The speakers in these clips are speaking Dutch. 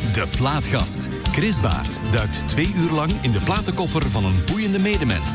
De Plaatgast. Chris Baert duikt 2 uur lang in de platenkoffer van een boeiende medemens.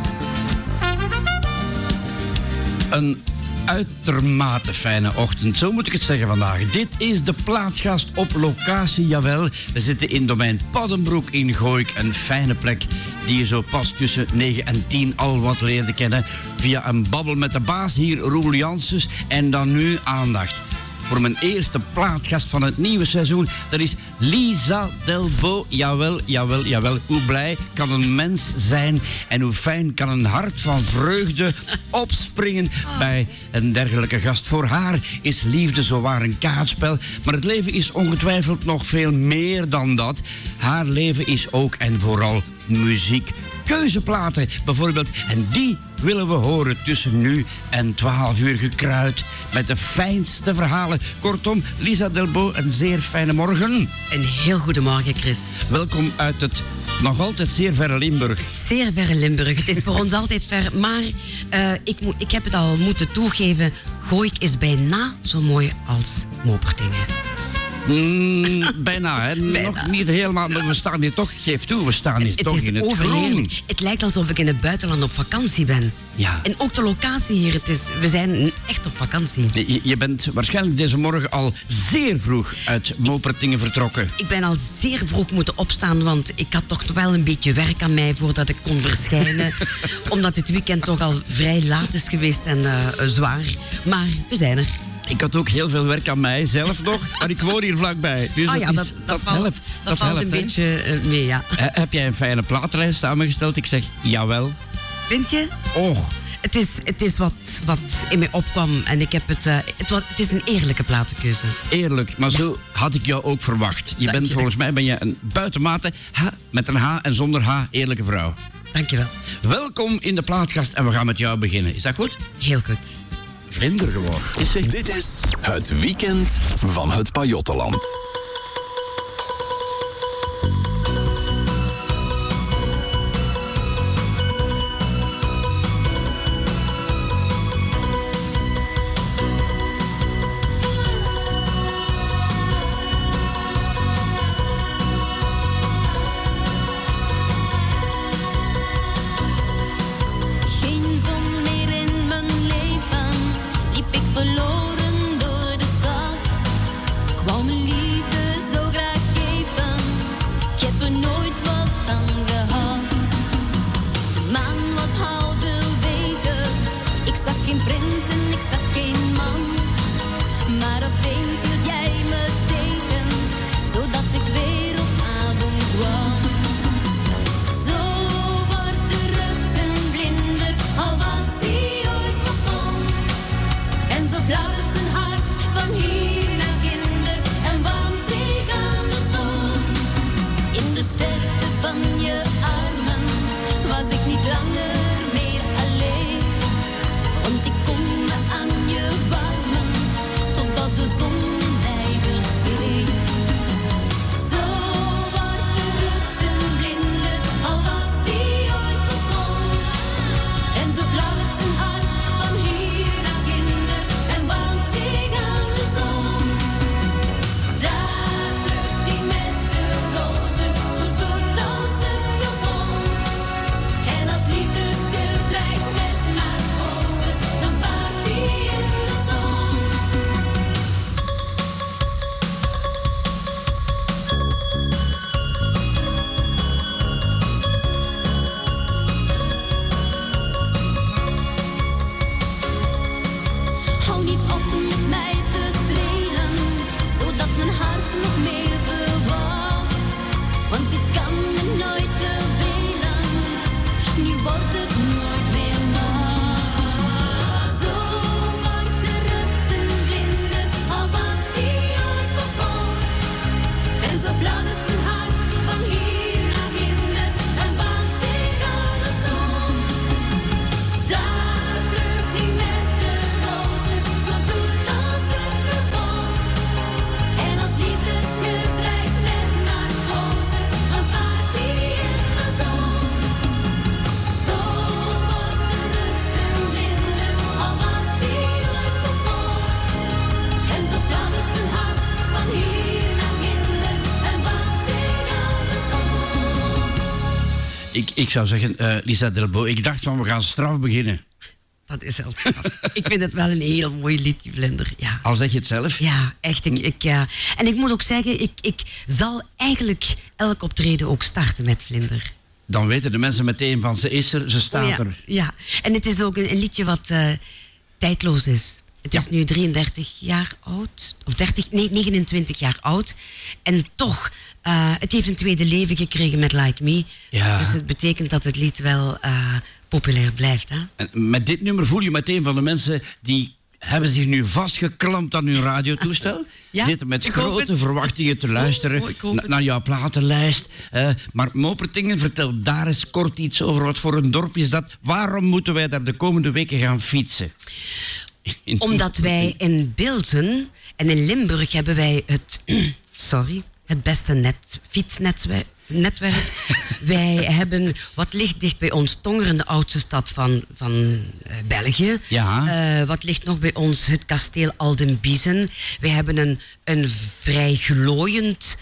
Een uitermate fijne ochtend, zo moet ik het zeggen vandaag. Dit is De Plaatgast op locatie, jawel. We zitten in domein Paddenbroek in Gooik. Een fijne plek die je zo pas tussen 9 en 10 al wat leerde kennen. Via een babbel met de baas hier, Roel Janssens. En dan nu aandacht voor mijn eerste plaatgast van het nieuwe seizoen. Dat is Lisa Delbo. Jawel, jawel, jawel. Hoe blij kan een mens zijn en hoe fijn kan een hart van vreugde opspringen bij een dergelijke gast. Voor haar is liefde zowaar een kaartspel, maar het leven is ongetwijfeld nog veel meer dan dat. Haar leven is ook en vooral muziek. Keuzeplaten bijvoorbeeld. En die willen we horen tussen nu en 12 uur, gekruid met de fijnste verhalen. Kortom, Lisa Delbo, een zeer fijne morgen. Een heel goedemorgen, Chris. Welkom uit het nog altijd zeer verre Limburg. Zeer verre Limburg. Het is voor ons altijd ver, maar ik heb het al moeten toegeven. Gooik is bijna zo mooi als Moppertingen. Bijna, hè? Bijna. Nog niet helemaal, maar we staan hier toch, geef toe, we staan hier toch in het groen. Het lijkt alsof ik in het buitenland op vakantie ben. Ja. En ook de locatie hier, we zijn echt op vakantie. Je bent waarschijnlijk deze morgen al zeer vroeg uit Moppertingen vertrokken. Ik ben al zeer vroeg moeten opstaan, want ik had toch wel een beetje werk aan mij voordat ik kon verschijnen. Omdat het weekend toch al vrij laat is geweest en zwaar. Maar we zijn er. Ik had ook heel veel werk aan mij zelf nog, maar ik woon hier vlakbij. Dus dat helpt. Dat valt een beetje mee, ja. Heb jij een fijne plaatlijst samengesteld? Ik zeg, jawel. Vind je? Och. Het is wat in mij opkwam en ik heb het is een eerlijke platenkeuze. Eerlijk, maar zo had ik jou ook verwacht. Volgens mij ben je een buitenmate, met een H en zonder H, eerlijke vrouw. Dankjewel. Welkom in de Plaatgast en we gaan met jou beginnen. Is dat goed? Heel goed. Vlinder gewoon. Dit is het weekend van het Pajottenland. Verloren door de stad, kwam liefde zo graag geven. Ik heb er nooit wat aan gehad. De maan was halverwege, ik zag geen prins en ik zag geen man. Maar opeens hield jij me tegen, zodat ik weer op adem kwam. Zo wordt de rups een vlinder, al was hij ooit nog om. En zo fladdert zijn hart van hier naar kinder en warm zich aan de zon. In de sterkte van je armen was ik niet langer meer alleen. Want ik kon me aan je warmen totdat de zon in mij bescheen. Ik zou zeggen, Lisa Delbo, ik dacht van we gaan straf beginnen. Dat is heel straf. Ik vind het wel een heel mooi liedje, Vlinder. Ja. Al zeg je het zelf. Ja, echt. En ik moet ook zeggen, ik zal eigenlijk elk optreden ook starten met Vlinder. Dan weten de mensen meteen van ze is er, ze staat er. Ja, en het is ook een liedje wat tijdloos is. Het is nu 33 jaar oud, of 29 jaar oud. En toch, het heeft een tweede leven gekregen met Like Me. Ja. Dus het betekent dat het lied wel populair blijft. Hè? En met dit nummer voel je meteen van de mensen die hebben zich nu vastgeklampt aan hun radiotoestel. Ja, Zitten met ik hoop grote het. verwachtingen te luisteren ik hoop het. naar jouw platenlijst. Maar Mopertingen, vertel daar eens kort iets over. Wat voor een dorpje is dat? Waarom moeten wij daar de komende weken gaan fietsen? Omdat wij in Bilzen en in Limburg hebben wij het beste fietsnetwerk. Wij hebben, wat ligt dicht bij ons, Tongeren, de oudste stad van België. Ja. Wat ligt nog bij ons, het kasteel Aldenbiezen. Wij hebben een vrij glooiend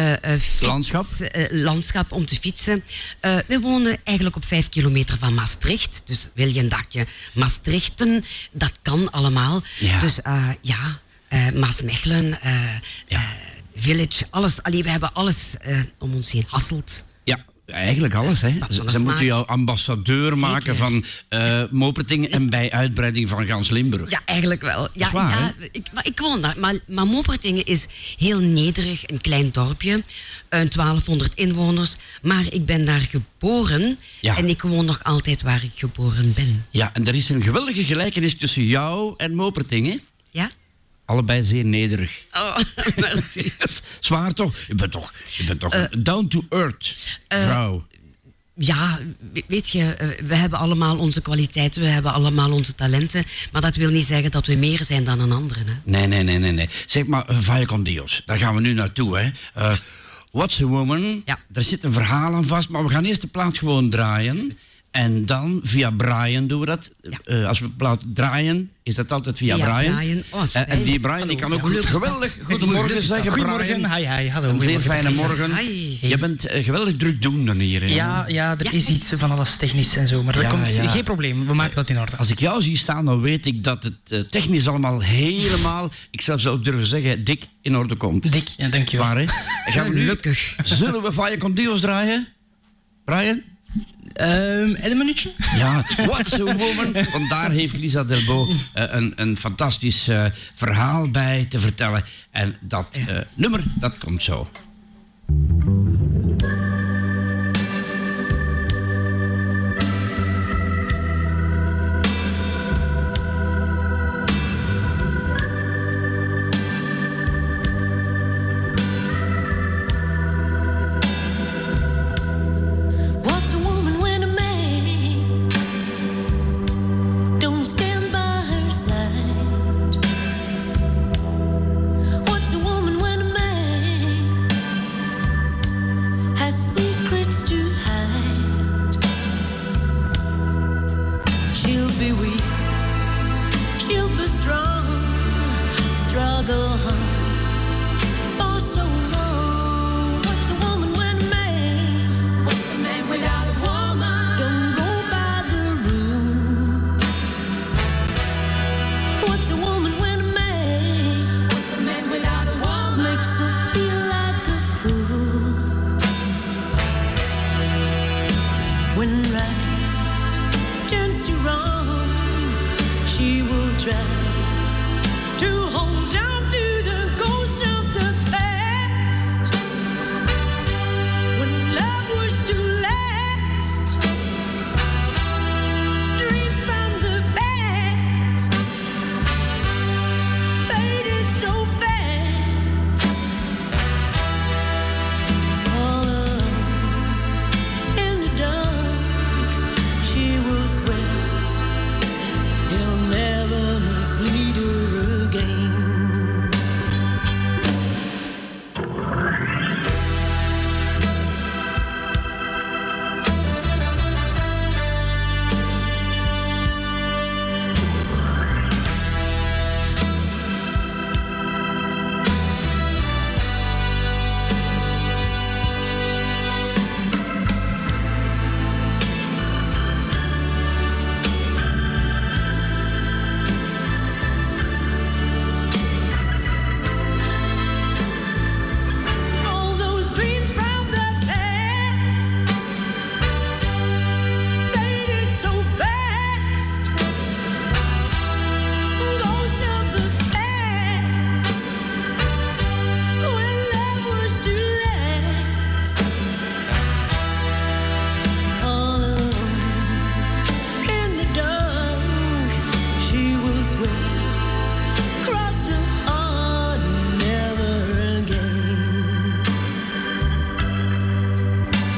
landschap om te fietsen. We wonen eigenlijk op 5 kilometer van Maastricht. Dus wil je een dagje Maastrichten, dat kan allemaal. Ja. Dus Maasmechelen, Village, alles. Allee, we hebben alles om ons heen. Hasselt. Ja, eigenlijk alles. Hè. Ze moeten jou ambassadeur maken van Mopertingen en bij uitbreiding van gans Limburg. Ja, eigenlijk wel. Ja, waar, ik woon daar. Maar Mopertingen is heel nederig, een klein dorpje. 1200 inwoners. Maar ik ben daar geboren. Ja. En ik woon nog altijd waar ik geboren ben. Ja, en er is een geweldige gelijkenis tussen jou en Mopertingen. Ja? Allebei zeer nederig. Oh, merci. Zwaar toch? Je bent toch een down-to-earth vrouw. Ja, weet je, we hebben allemaal onze kwaliteiten, we hebben allemaal onze talenten. Maar dat wil niet zeggen dat we meer zijn dan een andere. Hè? Nee. Zeg maar, Vaya con Dios, daar gaan we nu naartoe. Hè. What's a Woman? Ja. Daar zit een verhaal aan vast, maar we gaan eerst de plaat gewoon draaien. En dan via Brian doen we dat. Ja. Als we de plaat draaien, is dat altijd via Brian. Oh, En die Brian die kan ook Hallo. geweldig goedemorgen zeggen. Goedemorgen, Brian. hi, hallo. Een zeer fijne Goedemorgen. morgen. Hi. Je bent geweldig druk doen hier. Hè? Ja, er is iets van alles technisch en zo, maar dat komt geen probleem. We maken dat in orde. Als ik jou zie staan, dan weet ik dat het technisch allemaal helemaal, ik zou zo durven zeggen, dik in orde komt. Dik, ja, dankjewel. Waar, hè? Gaan we nu, Gelukkig. zullen we Vaya con Dios draaien? Brian? En een minuutje? Ja, What's a Woman? Want daar heeft Lisa Delbo een fantastisch verhaal bij te vertellen. En dat nummer, dat komt zo. What's a woman when a man don't stand by her side? What's a woman when a man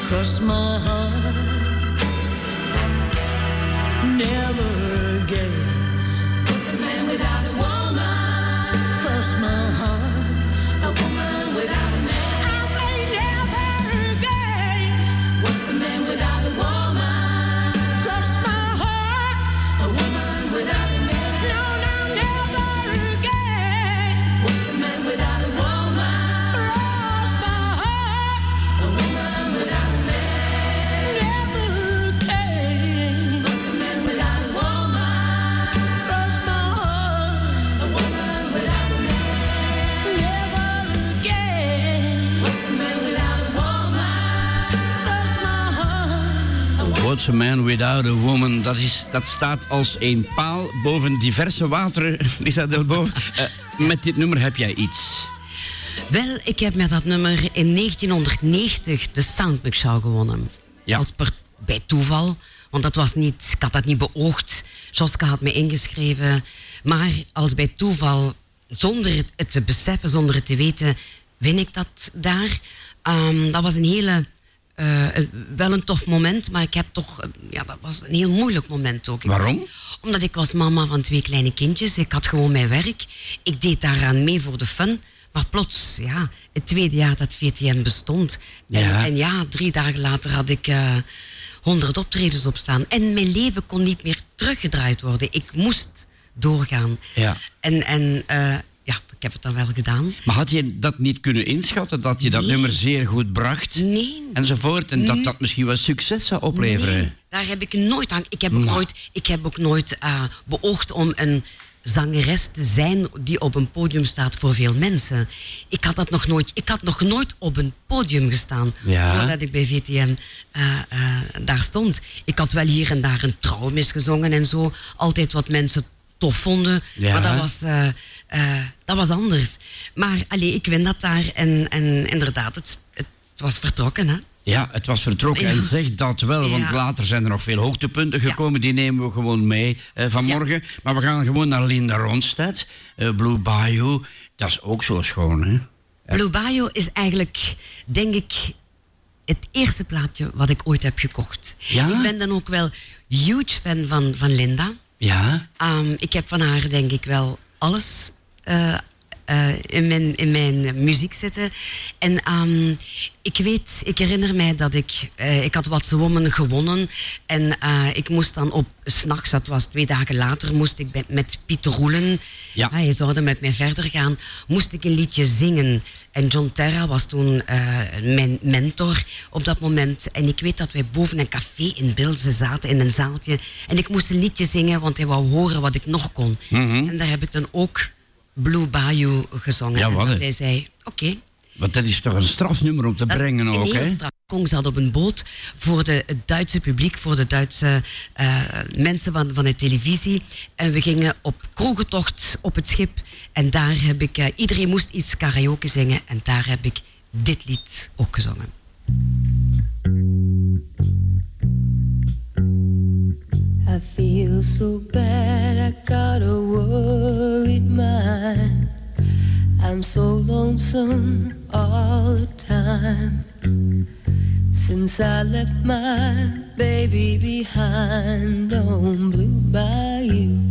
cross my heart. Never again. What's a man without a woman? Cross my heart. A woman without a man. I say never again. What's a man without a woman? Cross my heart. A woman without a man. No, no, never again. What's a man without a woman? Cross my heart. A woman without a man. Never again. What's a man without a woman? Cross my heart. A woman without a man. Never again. What's a man without a woman? Cross my heart. What's a man without a woman? Dat staat als een paal boven diverse wateren, Lisa Delbo. Met dit nummer heb jij iets. Wel, ik heb met dat nummer in 1990 de Soundmix Show gewonnen. Ja. Als bij toeval, want dat was niet, ik had dat niet beoogd. Joska had me ingeschreven. Maar als bij toeval, zonder het te beseffen, zonder het te weten, win ik dat daar. Dat was een hele... wel een tof moment, maar ik heb toch... dat was een heel moeilijk moment ook. Waarom? Omdat ik was mama van 2 kleine kindjes. Ik had gewoon mijn werk. Ik deed daaraan mee voor de fun. Maar plots, het tweede jaar dat VTM bestond. En 3 dagen later had ik 100 optredens opstaan. En mijn leven kon niet meer teruggedraaid worden. Ik moest doorgaan. Ja. En ik heb het dan wel gedaan. Maar had je dat niet kunnen inschatten, dat je dat nummer zeer goed bracht? Nee. Enzovoort, en dat dat misschien wel succes zou opleveren? Nee, daar heb ik nooit aan... Ik heb ook nooit beoogd om een zangeres te zijn die op een podium staat voor veel mensen. Ik had nog nooit op een podium gestaan voordat ik bij VTM daar stond. Ik had wel hier en daar een trouwmis gezongen en zo. Altijd wat mensen tof vonden. Ja. Maar dat was anders. Maar ik win dat daar en inderdaad, het was vertrokken, hè. Ja, het was vertrokken en zeg dat wel, want later zijn er nog veel hoogtepunten gekomen. Die nemen we gewoon mee vanmorgen. Ja. Maar we gaan gewoon naar Linda Ronstadt. Blue Bayou, dat is ook zo schoon, hè? Blue Bayou is eigenlijk, denk ik, het eerste plaatje wat ik ooit heb gekocht. Ja? Ik ben dan ook wel huge fan van Linda. Ja. Ik heb van haar, denk ik, wel alles in mijn muziek zitten. En ik herinner mij dat ik had What's a Woman gewonnen. En ik moest dan 's nachts, dat was 2 dagen later, moest ik met Pieter Roelen, hij zou er met mij verder gaan, moest ik een liedje zingen. En John Terra was toen mijn mentor op dat moment. En ik weet dat wij boven een café in Bilze zaten, in een zaaltje. En ik moest een liedje zingen, want hij wou horen wat ik nog kon. Mm-hmm. En daar heb ik dan ook Blue Bayou gezongen. Ja, en hij zei, oké. Want dat is toch een strafnummer om te brengen ook, hè? Ik zat op een boot voor het Duitse publiek, voor de Duitse mensen van de televisie. En we gingen op kroegentocht op het schip. En daar heb ik, iedereen moest iets karaoke zingen. En daar heb ik dit lied ook gezongen. I feel so bad, I got a worried mind. I'm so lonesome all the time. Since I left my baby behind on Blue Bayou.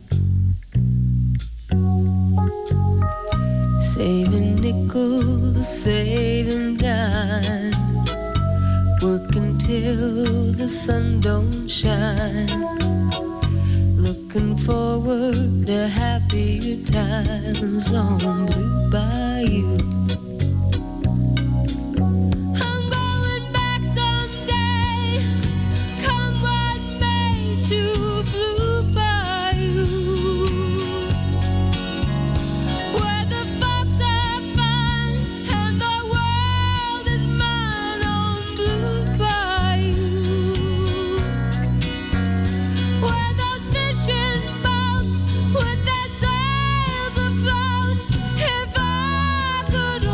Saving nickels, saving dimes. Work until the sun don't shine. Looking forward to happier times on Blue Bayou. I'm going back someday, come what may, to Blue Bayou, where the folks are fine and the world is mine on Blue Bayou, where those fishing boats with their sails afloat. If I could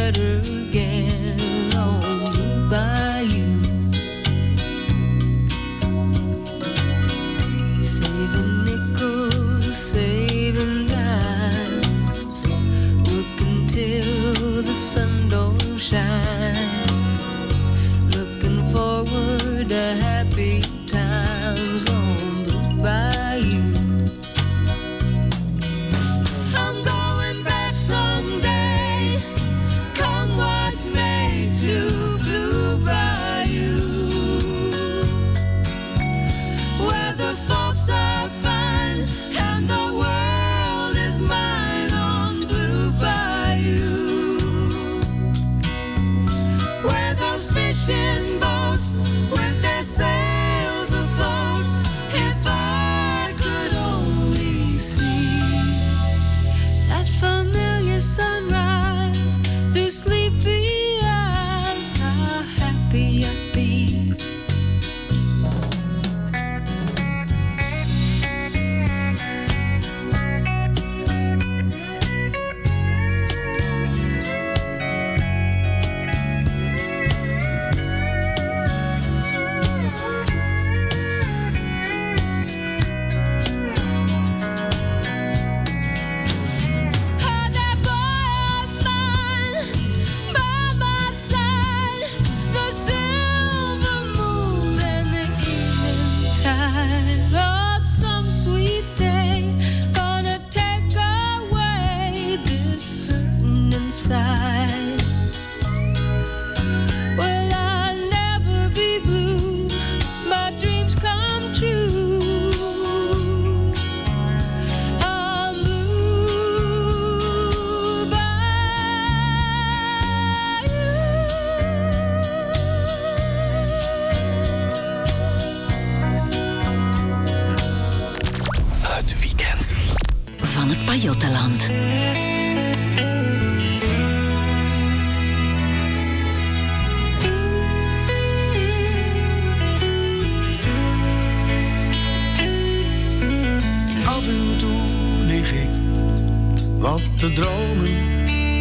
better get on Blue Bayou. Saving nickels, saving dimes, working till the sun don't shine, looking forward to happy times on Blue Bayou. I'm going back someday, come what may, to Blue Bayou, where the folks are fine and the world is mine on Blue Bayou, where those fishing boats with their sails afloat, if I could only see that familiar sunrise through sleepy eyes, how happy I'd be. Had that boy of mine by my side, the silver moon and the evening tide. Oh, some sweet day gonna take away this hurting inside. Will I never be blue? My dreams come true. I'm blue by Het weekend. Van het Pajottenland. Af en toe lig ik wat te dromen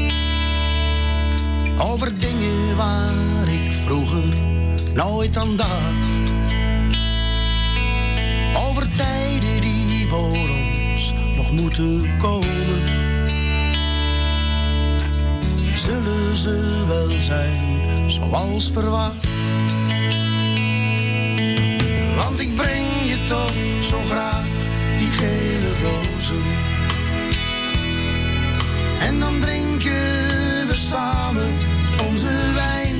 over dingen waar ik vroeger nooit aan dacht. Over tijden die voor ons nog moeten komen. Zullen ze wel zijn zoals verwacht? Want ik breng je toch zo graag die gele rozen. En dan drinken we samen onze wijn.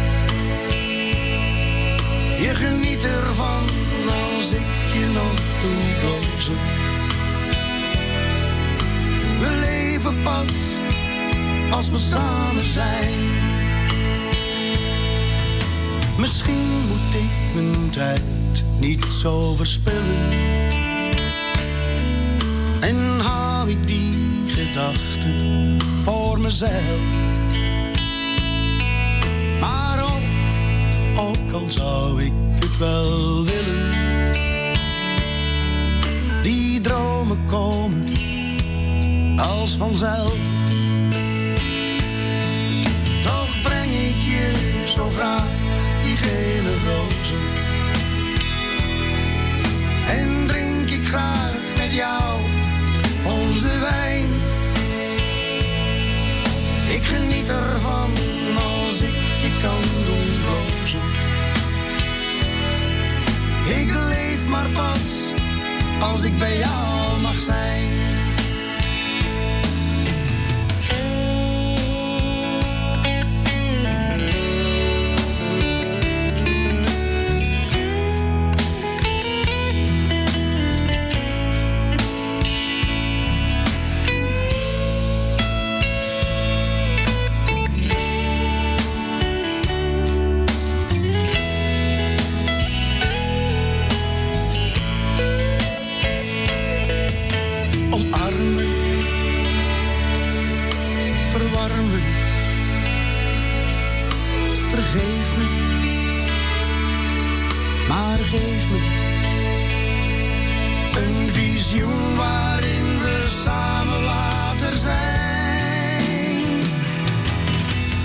Je geniet ervan als ik je nog doe blozen. We leven pas als we samen zijn. Misschien moet ik mijn tijd niet zo verspillen. En hou ik die gedachten voor mezelf. Maar ook al zou ik het wel willen, die dromen komen als vanzelf. Toch breng ik je zo graag die gele rozen. En drink ik graag met jou onze wijn. Ik geniet ervan als ik je kan doen blozen. Ik leef maar pas als ik bij jou mag zijn. Vergeef me, maar geef me een visioen waarin we samen later zijn.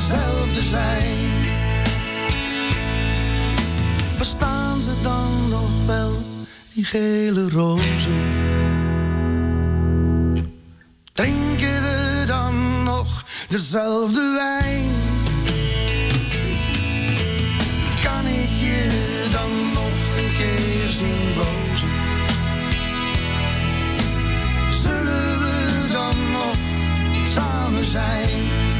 dezelfde zijn. Bestaan ze dan nog wel, die gele rozen? Drinken we dan nog dezelfde wijn? Kan ik je dan nog een keer zien blozen? Zullen we dan nog samen zijn?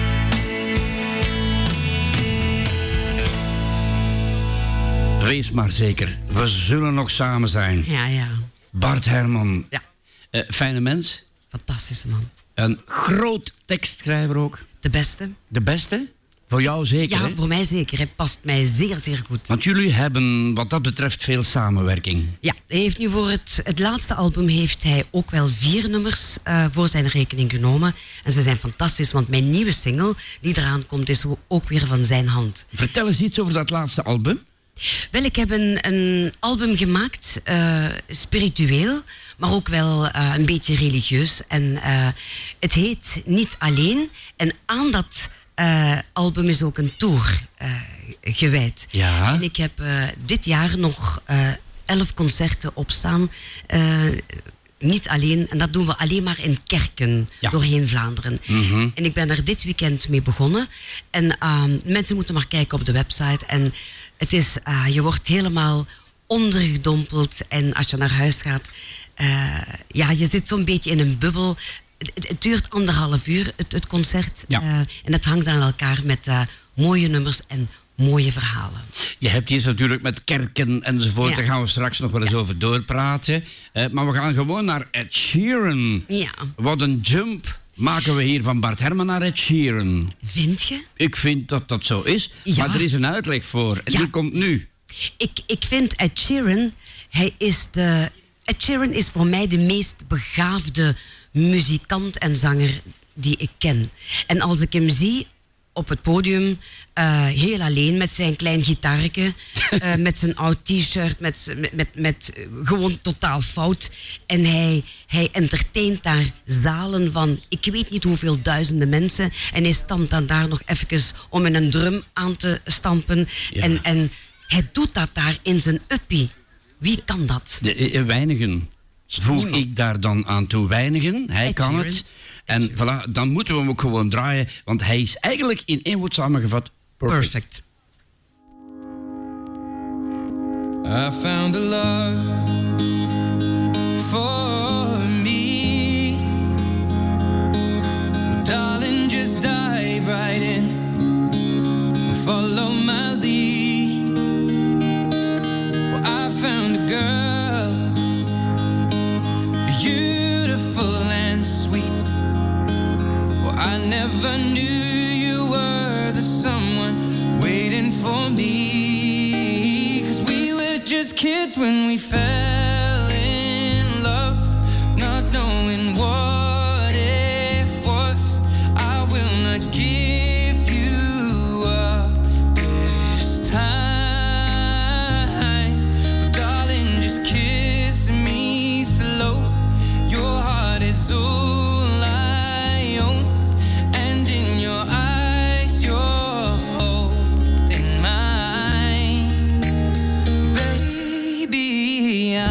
Wees maar zeker, we zullen nog samen zijn. Ja. Bart Herman. Ja. Fijne mens. Fantastische man. Een groot tekstschrijver ook. De beste. De beste? Voor jou zeker, Ja, hè? voor mij zeker. Hij past mij zeer, zeer goed. Want jullie hebben wat dat betreft veel samenwerking. Ja, hij heeft nu voor het laatste album heeft hij ook wel 4 nummers voor zijn rekening genomen. En ze zijn fantastisch, want mijn nieuwe single die eraan komt is ook weer van zijn hand. Vertel eens iets over dat laatste album. Wel, ik heb een album gemaakt, spiritueel, maar ook wel een beetje religieus. En het heet Niet Alleen. En aan dat album is ook een tour gewijd. Ja. En ik heb dit jaar nog 11 concerten opstaan. Niet alleen, en dat doen we alleen maar in kerken doorheen Vlaanderen. Mm-hmm. En ik ben er dit weekend mee begonnen. En mensen moeten maar kijken op de website. En het is, je wordt helemaal ondergedompeld. En als je naar huis gaat, je zit zo'n beetje in een bubbel. Het duurt 1,5 uur, het concert. Ja. En het hangt aan elkaar met mooie nummers en mooie verhalen. Je hebt hier natuurlijk met kerken enzovoort. Ja. Daar gaan we straks nog wel eens over doorpraten. Maar we gaan gewoon naar Ed Sheeran. Ja. Wat een jump maken we hier van Bart Herman naar Ed Sheeran. Vind je? Ik vind dat dat zo is. Ja. Maar er is een uitleg voor. En Ja. die komt nu. Ik vind Ed Sheeran, Ed Sheeran is voor mij de meest begaafde muzikant en zanger die ik ken. En als ik hem zie op het podium, heel alleen met zijn klein gitaartje, met zijn oud t-shirt, met gewoon totaal fout. En hij entertaint daar zalen van ik weet niet hoeveel duizenden mensen. En hij stamt dan daar nog even om in een drum aan te stampen. Ja. En hij doet dat daar in zijn uppie. Wie kan dat? Weinigen. Voeg Niemand. ik daar dan aan toe. Weinigen. Hij Ed kan Sheeran. het. En voilà, dan moeten we hem ook gewoon draaien. Want hij is eigenlijk in één woord samengevat perfect. I found a love for me. Well, darling, just dive right in and follow my lead. Well, I found a girl, beautiful and sweet. Well, I never knew you were the someone waiting for me. Just kids when we fell in love, not knowing what it was. I will not give you up this time. Darling, just kiss me slow. Your heart is all I own, and in your eyes you're holding mine. Baby, I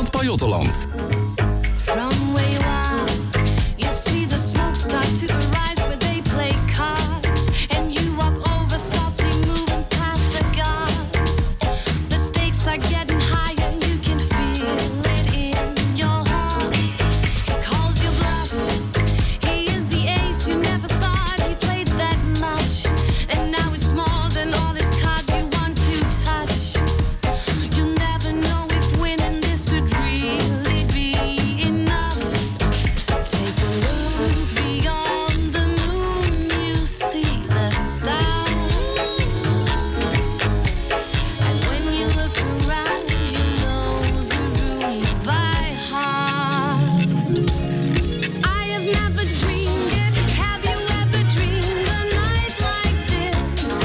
het Pajottenland. From where you are, you see the smoke start to arise where they play cards, and you walk over softly, moving past the guards. The stakes are getting higher, you can feel it in your heart. He calls you bluff, he is the ace you never thought he played that much, and now it's more than all his cards you want to touch. You'll never know if winning this could really be enough. Take a look beyond the moon, you see the stars. And when you look around, you know the room by heart. I have never dreamed it. Have you ever dreamed a night like this?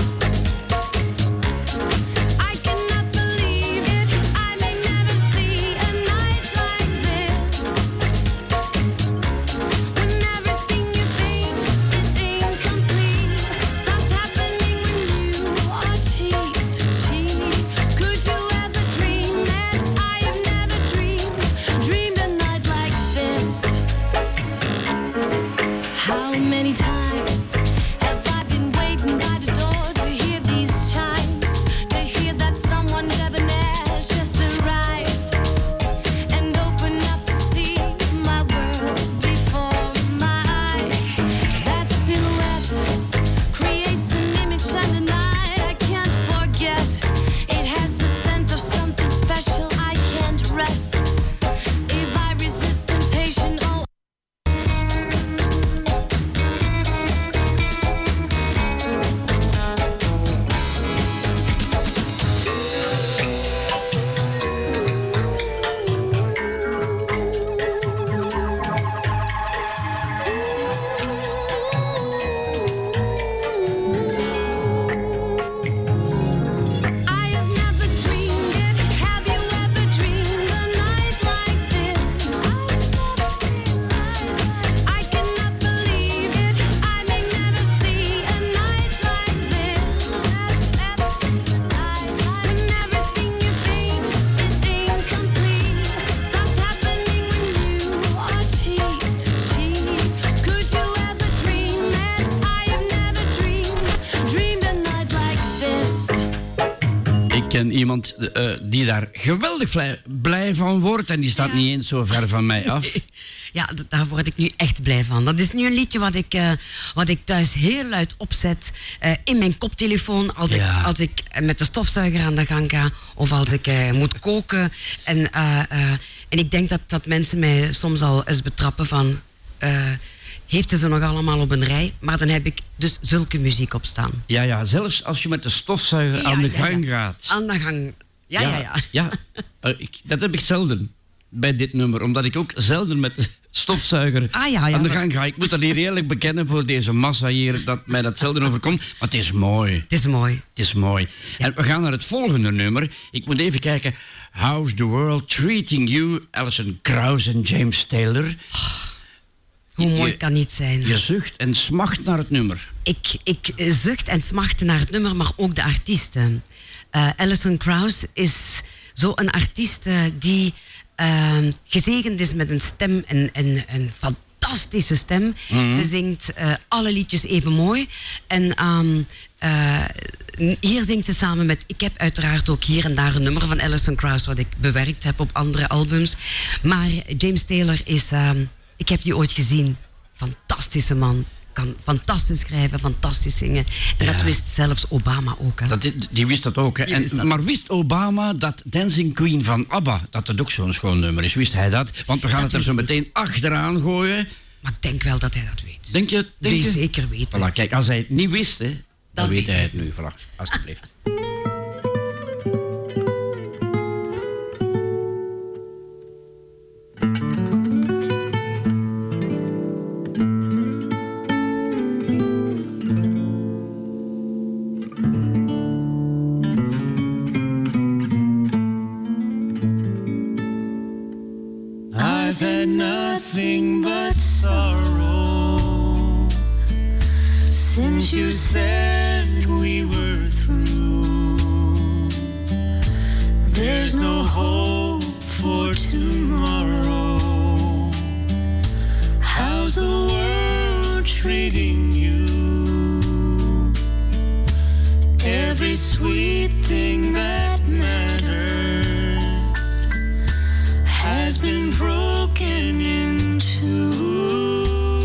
I cannot believe it. I may never see a night like this. When everything you think is incomplete starts happening when you are cheek to cheek. Could you ever dream it? I have never dreamed a night like this. How many times have I been waiting by the door to hear these chimes, to hear that someone debonair's just arrived, and open up to see my world before my eyes. That silhouette creates an image and a night I can't forget. It has the scent of something special, I can't rest. If I resist temptation, oh. I have never dreamed it. Have you ever dreamed a night like this? I cannot believe it. I may never see a night like this. When everything you think is incomplete starts happening when you are cheek to cheek. Could you ever dream it? I have never dreamed a night like this. Ik ken iemand die daar geweldig blij van wordt en die staat niet eens zo ver van mij af. Ja, daar word ik nu echt blij van. Dat is nu een liedje wat ik thuis heel luid opzet in mijn koptelefoon als ik met de stofzuiger aan de gang ga of als ik moet koken. En ik denk dat mensen mij soms al eens betrappen van... heeft ze nog allemaal op een rij? Maar dan heb ik dus zulke muziek op staan. Ja, zelfs als je met de stofzuiger aan de gang gaat. Aan de gang, ja. Dat heb ik zelden bij dit nummer, omdat ik ook zelden met de stofzuiger aan de gang ga. Ik moet dat hier eerlijk bekennen voor deze massa hier, dat mij dat zelden overkomt. Maar het is mooi. Het is mooi. Het is mooi. Ja. En we gaan naar het volgende nummer. Ik moet even kijken. How's the World Treating You? Alison Krauss en James Taylor. Hoe mooi kan niet zijn. Je zucht en smacht naar het nummer. Ik zucht en smacht naar het nummer, maar ook de artiesten. Alison Krauss is zo'n artiest die gezegend is met een stem, een fantastische stem. Mm-hmm. Ze zingt alle liedjes even mooi. En hier zingt ze samen met... Ik heb uiteraard ook hier en daar een nummer van Alison Krauss wat ik bewerkt heb op andere albums. Maar James Taylor is... ik heb die ooit gezien. Fantastische man. Kan fantastisch schrijven, fantastisch zingen. En dat wist zelfs Obama ook. Hè? Die wist dat ook. Hè? Maar wist Obama dat Dancing Queen van ABBA... dat het ook zo'n schoon nummer is? Wist hij dat? Want we gaan het er zo meteen achteraan gooien. Maar ik denk wel dat hij dat weet. Denk je? Die zeker weten. Voilà, kijk, als hij het niet wist, hè, dan weet hij het nu. Voilà, alsjeblieft. I've had nothing but sorrow since you said we were through. There's no hope for tomorrow. How's the world treating you? Every sweet thing that mattered has been broken in two.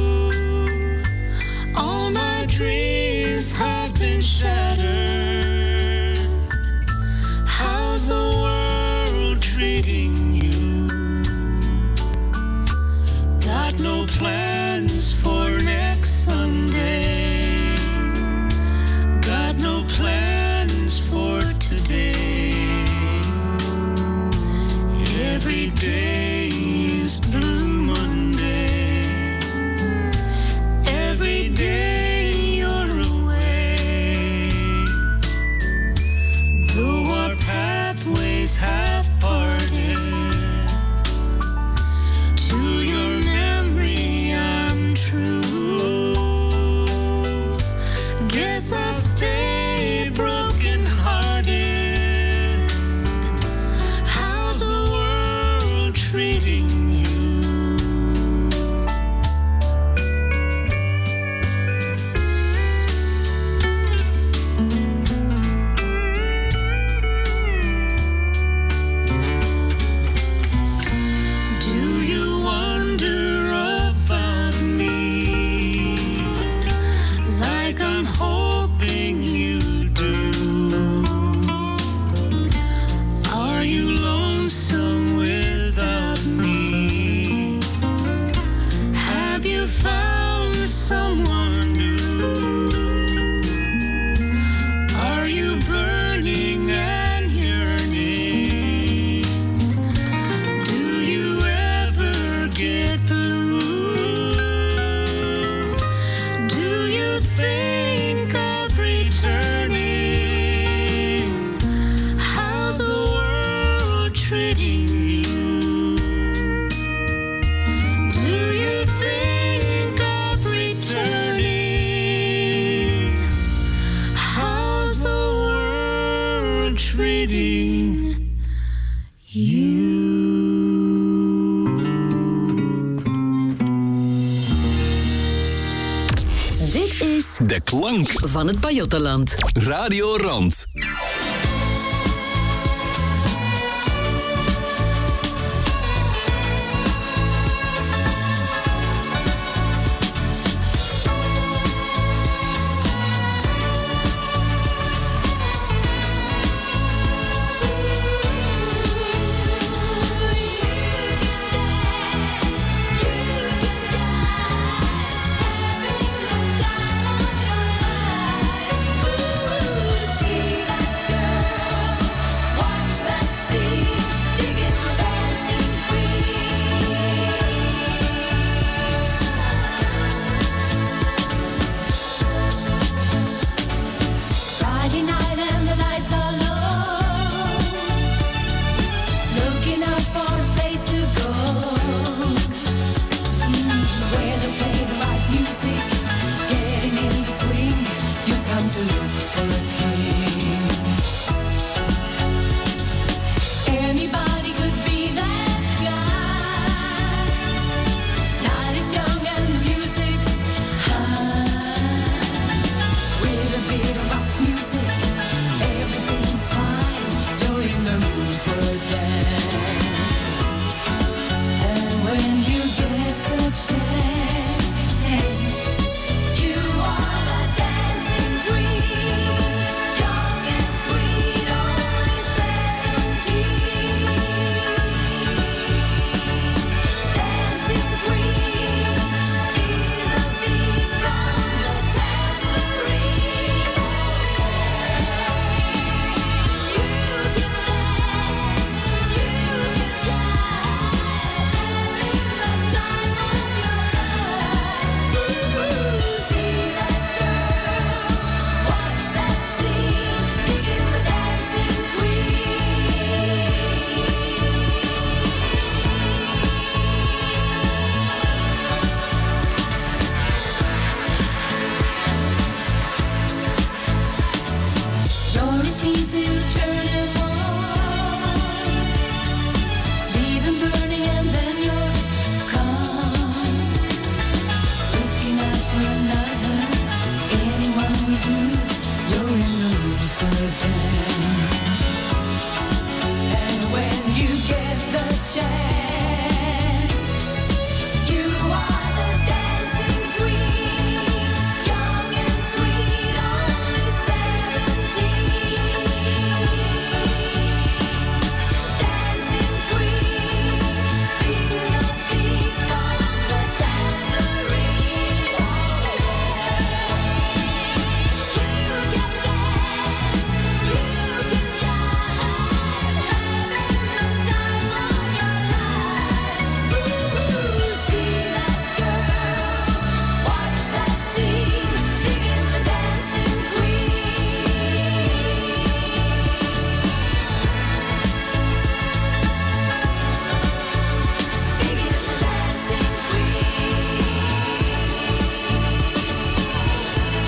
All my dreams have been shattered. How's the world treating you? Got no plans for next Sunday. Got no plans for today. Every day is Blue Monday. Every day you're away. Though our pathways have parted, to your memory I'm true. Guess I'll stay broken-hearted. How's the world treating you? Do you wonder about me like I'm hoping you do? Are you lonesome without me? Have you found someone new? Are you burning and yearning? Do you ever get blue? Do you think of returning? How's the world treating you? Do you think of returning? How's the world treating you? Dit is De klank van het Pajottenland. Radio Rand. See that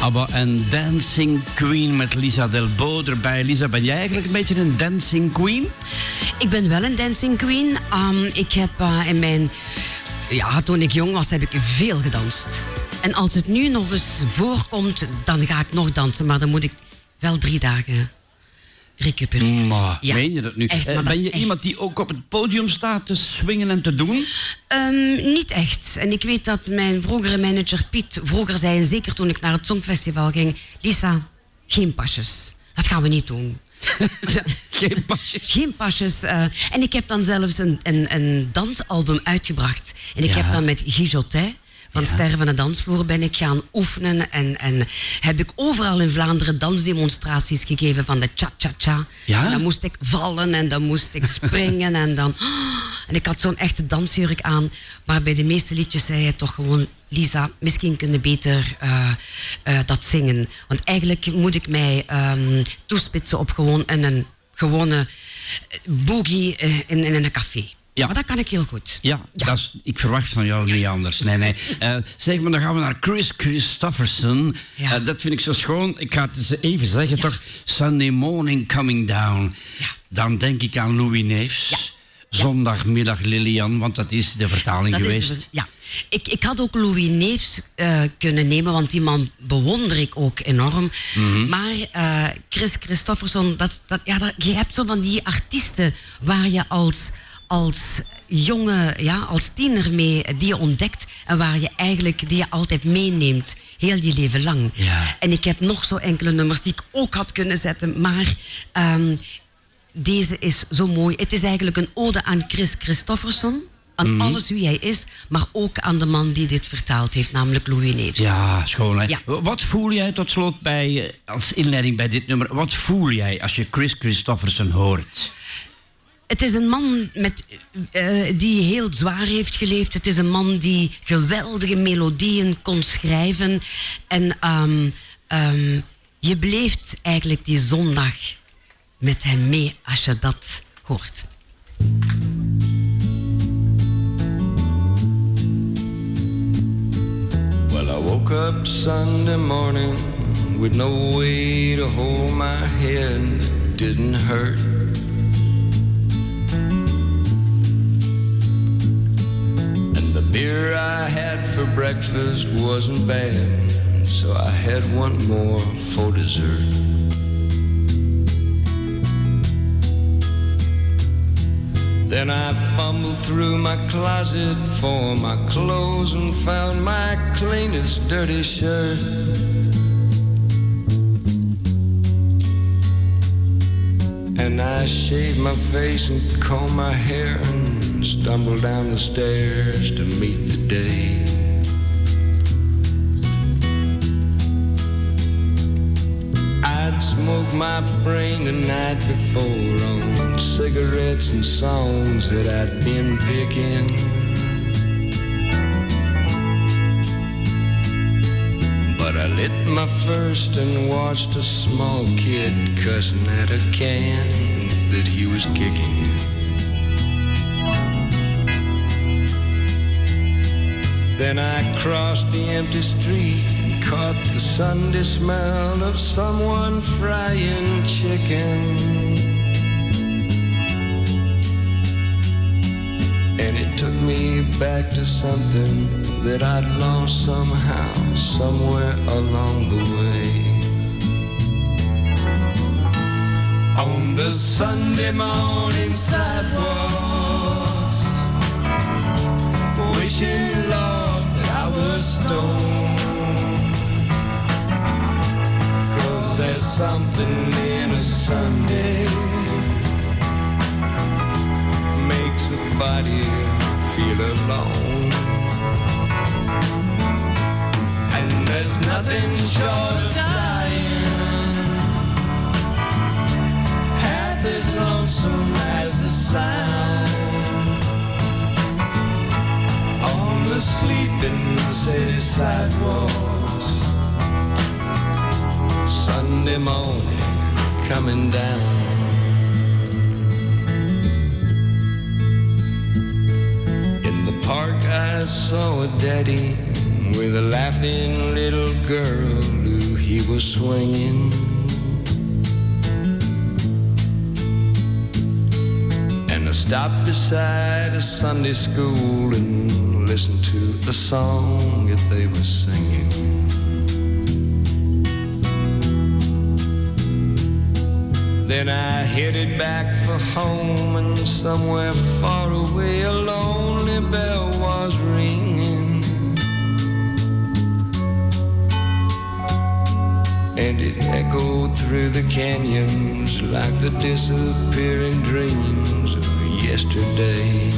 ABBA en Dancing Queen met Lisa Delbo erbij. Lisa, ben jij eigenlijk een beetje een dancing queen? Ik ben wel een dancing queen. Ik heb in mijn... Ja, toen ik jong was, heb ik veel gedanst. En als het nu nog eens voorkomt, dan ga ik nog dansen. Maar dan moet ik wel 3 dagen recupereren. Maar, ja, meen je dat nu? Echt, ben je iemand die ook op het podium staat te swingen en te doen? Niet echt. En ik weet dat mijn vroegere manager Piet vroeger zei, en zeker toen ik naar het Songfestival ging, Lisa, geen pasjes. Dat gaan we niet doen. Geen pasjes? Geen pasjes. En ik heb dan zelfs een dansalbum uitgebracht. En ik heb dan met Guy Jotet van Sterren van de Dansvloer ben ik gaan oefenen. En heb ik overal in Vlaanderen dansdemonstraties gegeven van de cha-cha-cha. Ja? En dan moest ik vallen en dan moest ik springen. En ik had zo'n echte dansjurk aan. Maar bij de meeste liedjes zei hij toch gewoon, Lisa, misschien kun je beter dat zingen. Want eigenlijk moet ik mij toespitsen op gewoon een gewone boogie in een café. Ja. Maar dat kan ik heel goed. Ja. Ik verwacht van jou niet anders. Nee. Zeg maar, dan gaan we naar Kris Kristofferson. Ja. Dat vind ik zo schoon. Ik ga het even zeggen, toch? Sunday morning coming down. Ja. Dan denk ik aan Louis Neefs. Ja. Zondagmiddag Lilian, want dat is de vertaling geweest. Ja. Ik had ook Louis Neefs kunnen nemen, want die man bewonder ik ook enorm. Mm-hmm. Maar Kris Kristofferson, je hebt zo van die artiesten waar je als jonge, als tiener mee, die je ontdekt en waar je eigenlijk, die je altijd meeneemt, heel je leven lang. Ja. En ik heb nog zo enkele nummers die ik ook had kunnen zetten, maar deze is zo mooi. Het is eigenlijk een ode aan Kris Kristofferson, aan alles wie hij is, maar ook aan de man die dit vertaald heeft, namelijk Louis Neefs. Ja, schoon hè? Ja. Wat voel jij tot slot als inleiding bij dit nummer, wat voel jij als je Kris Kristofferson hoort? Het is een man die heel zwaar heeft geleefd. Het is een man die geweldige melodieën kon schrijven. En je beleeft eigenlijk die zondag met hem mee als je dat hoort. Well, I woke up Sunday morning with no way to hold my head. It didn't hurt. The beer I had for breakfast wasn't bad, so I had one more for dessert. Then I fumbled through my closet for my clothes and found my cleanest dirty shirt. And I shaved my face and combed my hair and stumbled down the stairs to meet the day. I'd smoked my brain the night before on cigarettes and songs that I'd been picking. But I lit my first and watched a small kid cussing at a can that he was kicking. Then I crossed the empty street and caught the Sunday smell of someone frying chicken. And it took me back to something that I'd lost somehow, somewhere along the way. On the Sunday morning sidewalks, wishing, Lord, that I was stoned. 'Cause there's something in a Sunday makes a body feel alone. And there's nothing short of dying half as lonesome as the sound on the sleeping city sidewalks. Sunday morning coming down. In the park I saw a daddy with a laughing little girl who he was swinging. And I stopped beside a Sunday school and listened to the song that they were singing. Then I headed back for home, and somewhere far away a lonely bell was ringing. And it echoed through the canyons like the disappearing dreams of yesterday.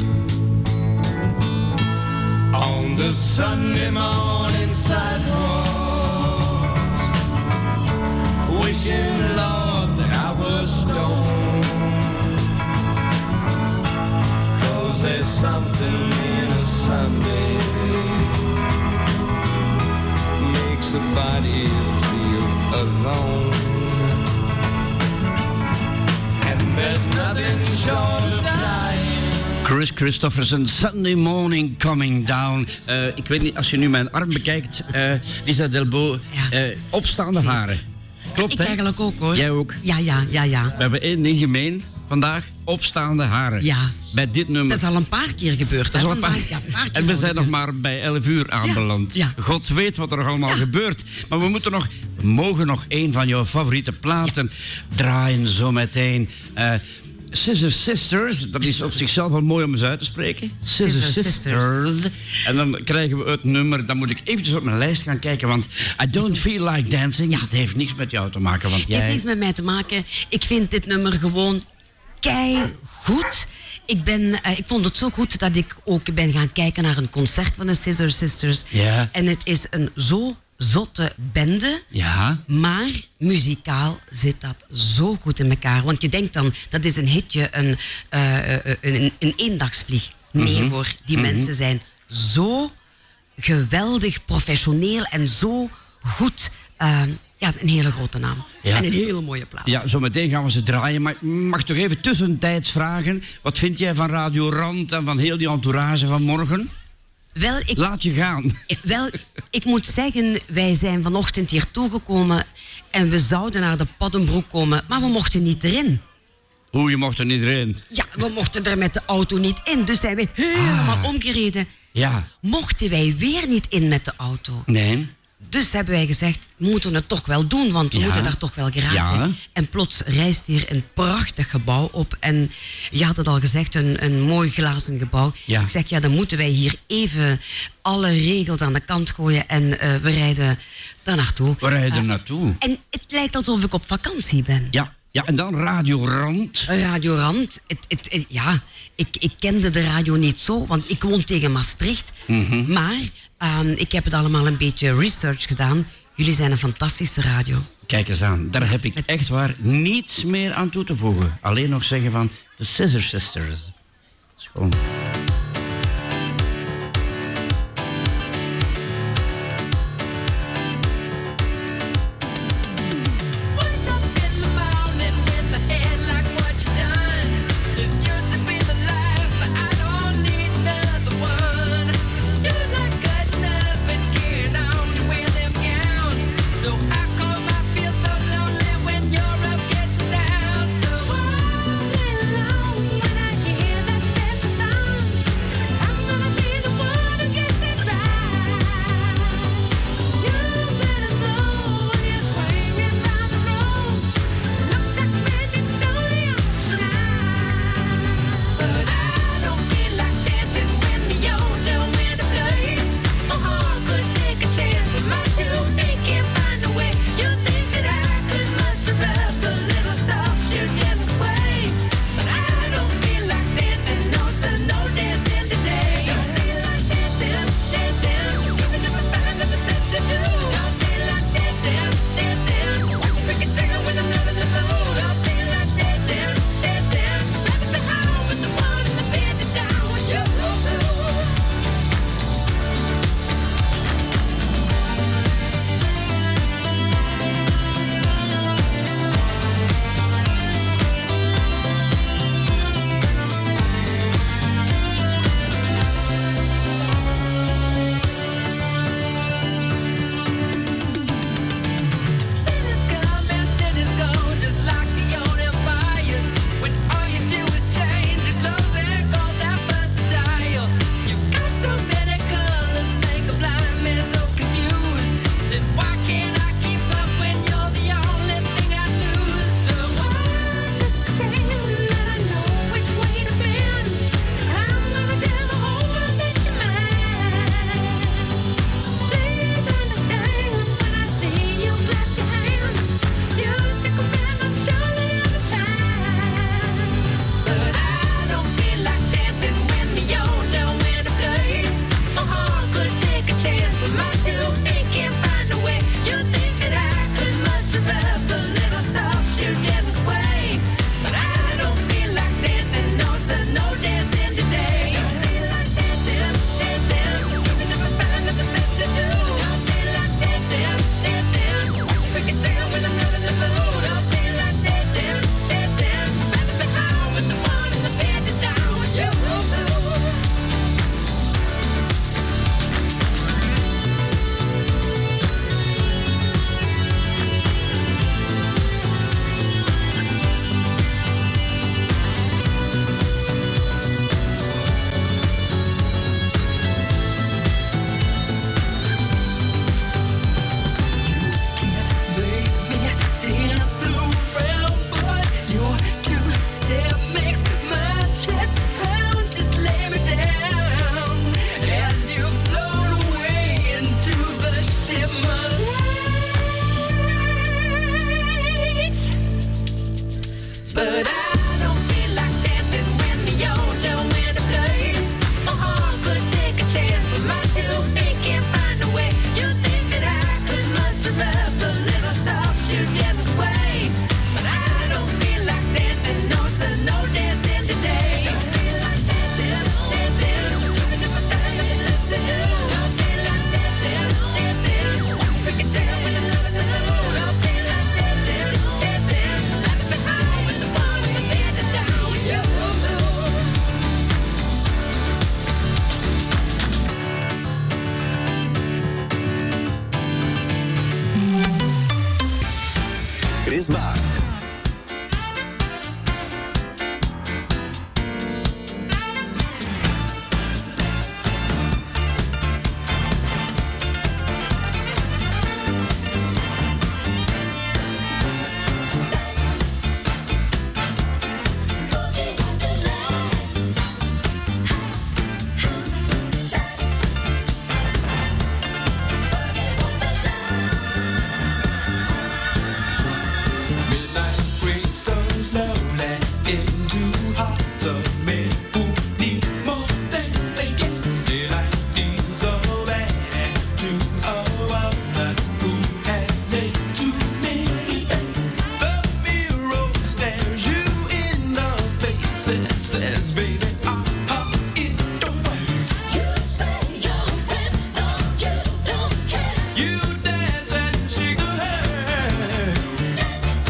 On the Sunday morning sidewalks, wishing, Lord, that I was stoned. 'Cause there's something in a Sunday makes a body feel alone. And there's nothing short of dying. Chris Christofferson, Sunday Morning Coming Down. Ik weet niet, als je nu mijn arm bekijkt, Lisa Delbo, opstaande haren. Klopt, hè? Ik eigenlijk ook, hoor. Jij ook? Ja. We hebben één ding gemeen vandaag, opstaande haren. Ja. Bij dit nummer. Dat is al een paar keer gebeurd. Dat is al een een paar... keer En we zijn nog maar bij 11 uur aanbeland. Ja. God weet wat er nog allemaal gebeurt. Maar we mogen nog één van jouw favoriete platen draaien zometeen. Scissor Sisters, dat is op zichzelf wel mooi om eens uit te spreken. Scissor Sisters. En dan krijgen we het nummer, dan moet ik eventjes op mijn lijst gaan kijken, want I Don't Feel Like Dancing, dat heeft niks met jou te maken. Want Het heeft niks met mij te maken. Ik vind dit nummer gewoon keigoed. Ik vond het zo goed dat ik ook ben gaan kijken naar een concert van de Scissor Sisters. Ja. En het is een zo zotte bende. Ja. Maar muzikaal zit dat zo goed in elkaar. Want je denkt dan, dat is een hitje, een eendagsvlieg. Nee hoor, die mensen zijn zo geweldig professioneel en zo goed. Een hele grote naam. Ja. En een hele mooie plaat. Ja, zometeen gaan we ze draaien. Maar ik mag toch even tussentijds vragen. Wat vind jij van Radio Rand en van heel die entourage van morgen? Laat je gaan. Ik moet zeggen, wij zijn vanochtend hier toegekomen en we zouden naar de Paddenbroek komen, maar we mochten niet erin. Hoe, je mocht er niet erin? Ja, we mochten er met de auto niet in, dus zijn we helemaal omgereden. Ja. Mochten wij weer niet in met de auto. Nee. Dus hebben wij gezegd, we moeten het toch wel doen, want we moeten daar toch wel geraken. Ja. En plots rijst hier een prachtig gebouw op. En je had het al gezegd, een mooi glazen gebouw. Ja. Ik zeg, dan moeten wij hier even alle regels aan de kant gooien en we rijden daar naartoe. We rijden naartoe. En het lijkt alsof ik op vakantie ben. Ja, en dan Radio Rand. Radio Rand, ik kende de radio niet zo, want ik woon tegen Maastricht. Maar ik heb het allemaal een beetje research gedaan. Jullie zijn een fantastische radio. Kijk eens aan, daar heb ik echt waar niets meer aan toe te voegen. Alleen nog zeggen van de Scissor Sisters. Schoon. When I hear that song but I don't feel like dancing when the Ojo in the place. My heart could take a chance, but my 2 feet can't find a way. You think that I could muster up a little soft shoe gentle sway, but I don't feel like dancing, no sir, no dancing today. Don't feel like dancing, dancing, doing my thing, listen. Don't feel like dancing, dancing, freak it down with the listen. Don't feel like dancing, dancing, left behind with the song and the band is down with you. Chris Baert. Says, baby, it don't work. You say you're pressed, no, you don't care. You dance and shake your head. Dance,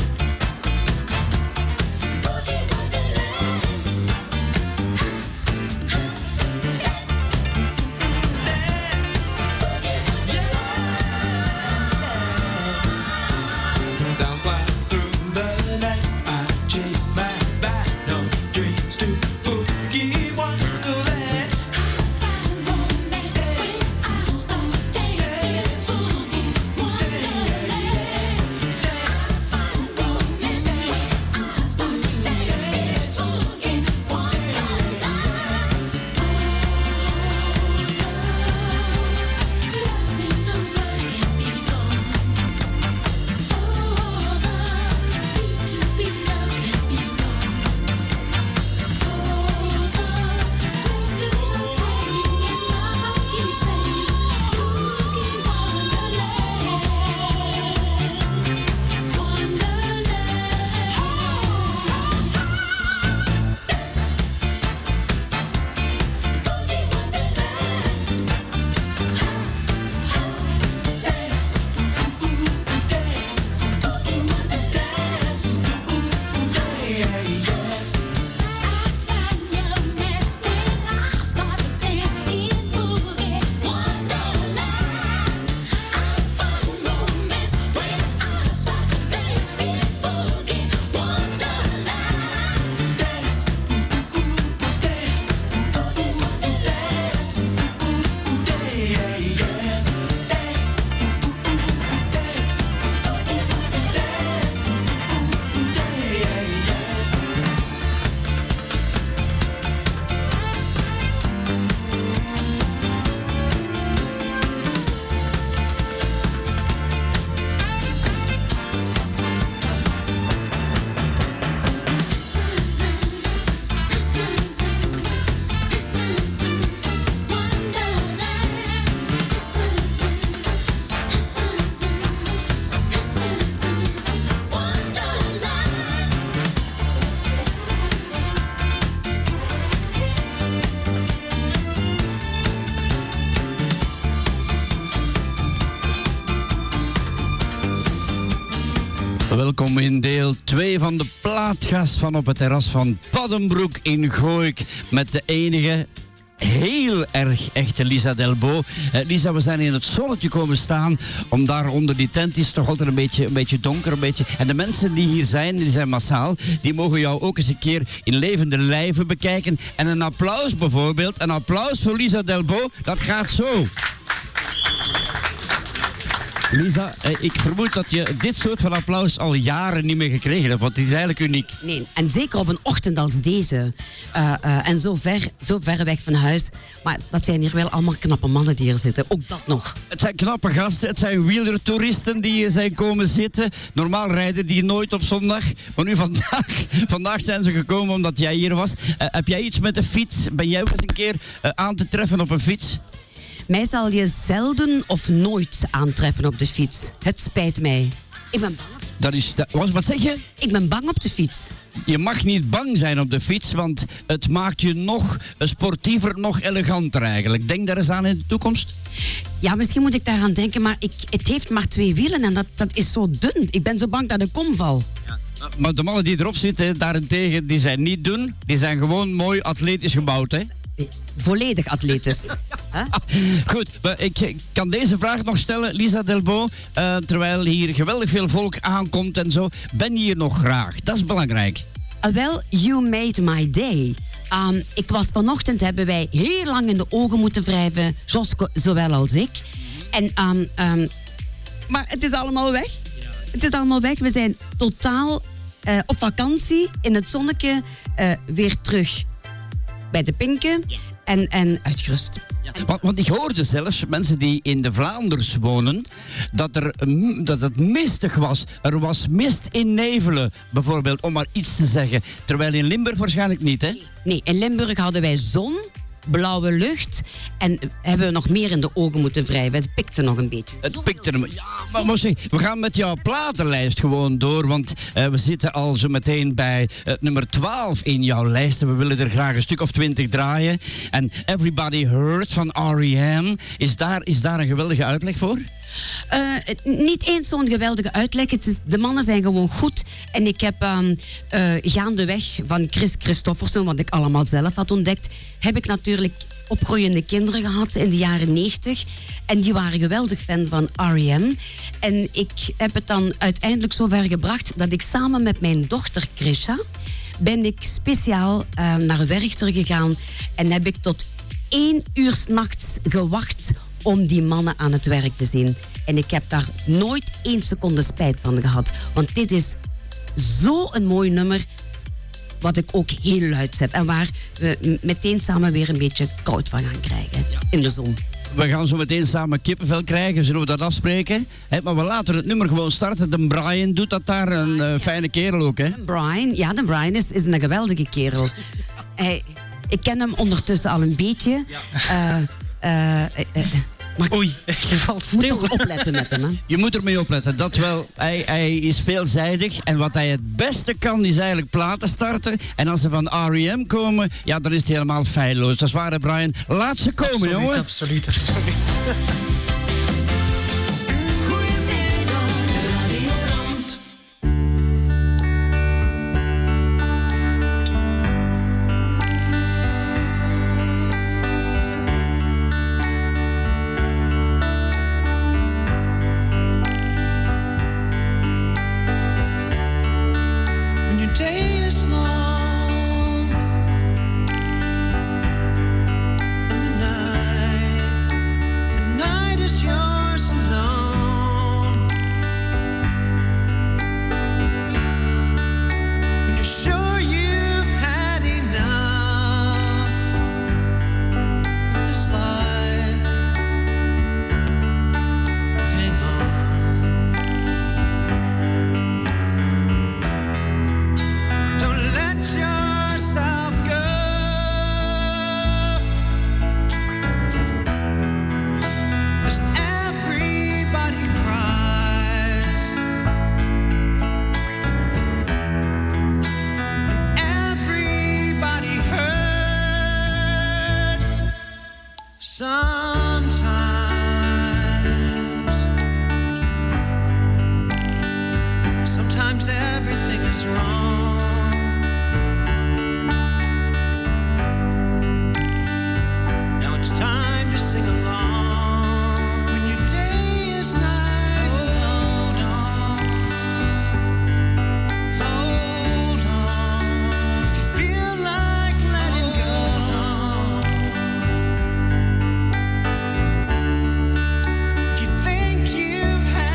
boogie wonderland. Dance, boogie wonderland. Sound fly through the night. I chase my back, no dreams to boogie wonderland. I find romance when I start to dance in boogie wonderland. I find romance when I start to dance in boogie wonderland. Welkom in deel 2 van de plaatgast van op het terras van Paddenbroek in Gooik. Met de enige, heel erg echte Lisa Delbo. Lisa, we zijn in het zonnetje komen staan, om daar onder die tent is toch altijd een beetje donker. En de mensen die hier zijn, die zijn massaal, die mogen jou ook eens een keer in levende lijven bekijken. En een applaus bijvoorbeeld, een applaus voor Lisa Delbo, dat gaat zo. Lisa, ik vermoed dat je dit soort van applaus al jaren niet meer gekregen hebt, want het is eigenlijk uniek. Nee, en zeker op een ochtend als deze. En zo ver weg van huis. Maar dat zijn hier wel allemaal knappe mannen die hier zitten. Ook dat nog. Het zijn knappe gasten, het zijn wielertoeristen die hier zijn komen zitten. Normaal rijden die nooit op zondag. Maar nu vandaag zijn ze gekomen omdat jij hier was. Heb jij iets met de fiets? Ben jij eens een keer aan te treffen op een fiets? Mij zal je zelden of nooit aantreffen op de fiets. Het spijt mij. Ik ben bang. Wat zeg je? Ik ben bang op de fiets. Je mag niet bang zijn op de fiets, want het maakt je nog sportiever, nog eleganter eigenlijk. Denk daar eens aan in de toekomst. Ja, misschien moet ik daaraan denken, maar het heeft maar 2 wielen en dat is zo dun. Ik ben zo bang dat ik omval. Ja. Maar de mannen die erop zitten, daarentegen, die zijn niet dun. Die zijn gewoon mooi atletisch gebouwd, hè? Volledig atletisch. Goed, ik kan deze vraag nog stellen, Lisa Delbo. Terwijl hier geweldig veel volk aankomt en zo. Ben je hier nog graag? Dat is belangrijk. Wel, you made my day. Vanochtend hebben wij heel lang in de ogen moeten wrijven. Joske, zowel als ik. Maar het is allemaal weg. Het is allemaal weg. We zijn totaal op vakantie in het zonnetje. Weer terug bij de pinken en uitgerust. Ja, want ik hoorde zelfs mensen die in de Vlaanders wonen dat het mistig was. Er was mist in Nevelen, bijvoorbeeld, om maar iets te zeggen. Terwijl in Limburg waarschijnlijk niet, hè? Nee, in Limburg hadden wij zon, blauwe lucht en hebben we nog meer in de ogen moeten wrijven. Het pikte nog een beetje. Het pikte hem. Ja, maar zeg, we gaan met jouw platenlijst gewoon door, want we zitten al zo meteen bij nummer 12 in jouw lijst. We willen er graag een stuk of 20 draaien. En Everybody Hurt van R.E.M. Is daar een geweldige uitleg voor? Niet eens zo'n geweldige uitleg. De mannen zijn gewoon goed. En ik heb gaandeweg van Chris Christofferson, wat ik allemaal zelf had ontdekt, heb ik natuurlijk opgroeiende kinderen gehad in de jaren 90. En die waren geweldig fan van R.E.M. En ik heb het dan uiteindelijk zover gebracht dat ik samen met mijn dochter Krisha ben ik speciaal naar Werchter gegaan en heb ik tot 1 uur 's nachts gewacht om die mannen aan het werk te zien. En ik heb daar nooit 1 seconde spijt van gehad. Want dit is zo'n mooi nummer, wat ik ook heel luid zet. En waar we meteen samen weer een beetje koud van gaan krijgen in de zon. We gaan zo meteen samen kippenvel krijgen, zullen we dat afspreken? Maar we laten het nummer gewoon starten. De Brian doet dat daar, een fijne kerel ook, hè? De Brian is een geweldige kerel. Ik ken hem ondertussen al een beetje. Maar oei, je valt stil. moet toch opletten met hem, hè? Je moet ermee opletten, dat wel. Hij is veelzijdig en wat hij het beste kan is eigenlijk platen starten. En als ze van R.E.M. komen, ja, dan is hij helemaal feilloos. Dat is waar, hè, Brian. Laat ze komen, jongen. Absoluut. Sometimes everything is wrong. Now it's time to sing along. When your day is night, hold on, hold on. If you feel like letting go, if you think you've had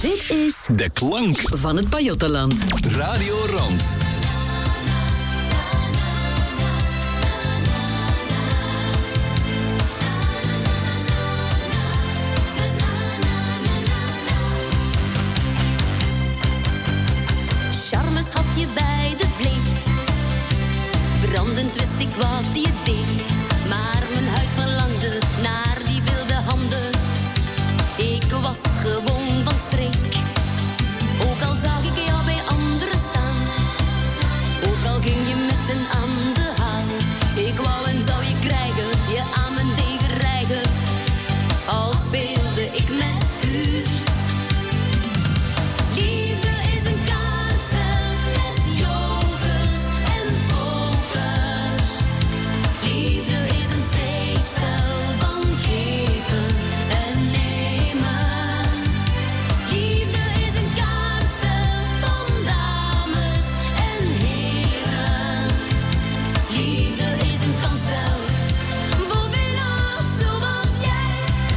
Dit is De klank van het Pajottenland. Radio Rand. Charmes had je bij de vleet. Brandend wist ik wat je deed. Maar mijn huid verlangde naar die wilde handen. Ik was gewoon van streek. Ook al zag ik jou bij anderen staan. Ook al ging je met een aan de haal. Ik wou en zou je krijgen, je aan mijn degen rijgen. Al speelde ik met vuur. Liefde is een kaartspel met jokers en pokers. Liefde is een steekspel van geven en nemen. Liefde is een kaartspel van dames en heren. Liefde is een kansspel voor winnaars zoals jij.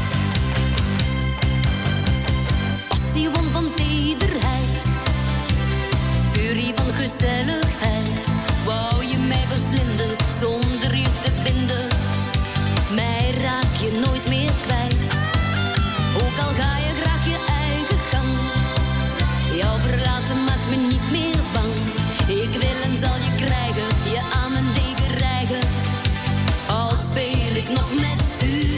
Passie won van tederheid, furie van gezelligheid. Wou je mij verslinden zonder je te binden? Mij raak je nooit meer kwijt. Ook al ga je graag je eigen gang. Jou verlaten maakt me niet meer bang. Ik wil en zal je krijgen, je aan mijn degen rijgen. Al speel ik nog met vuur.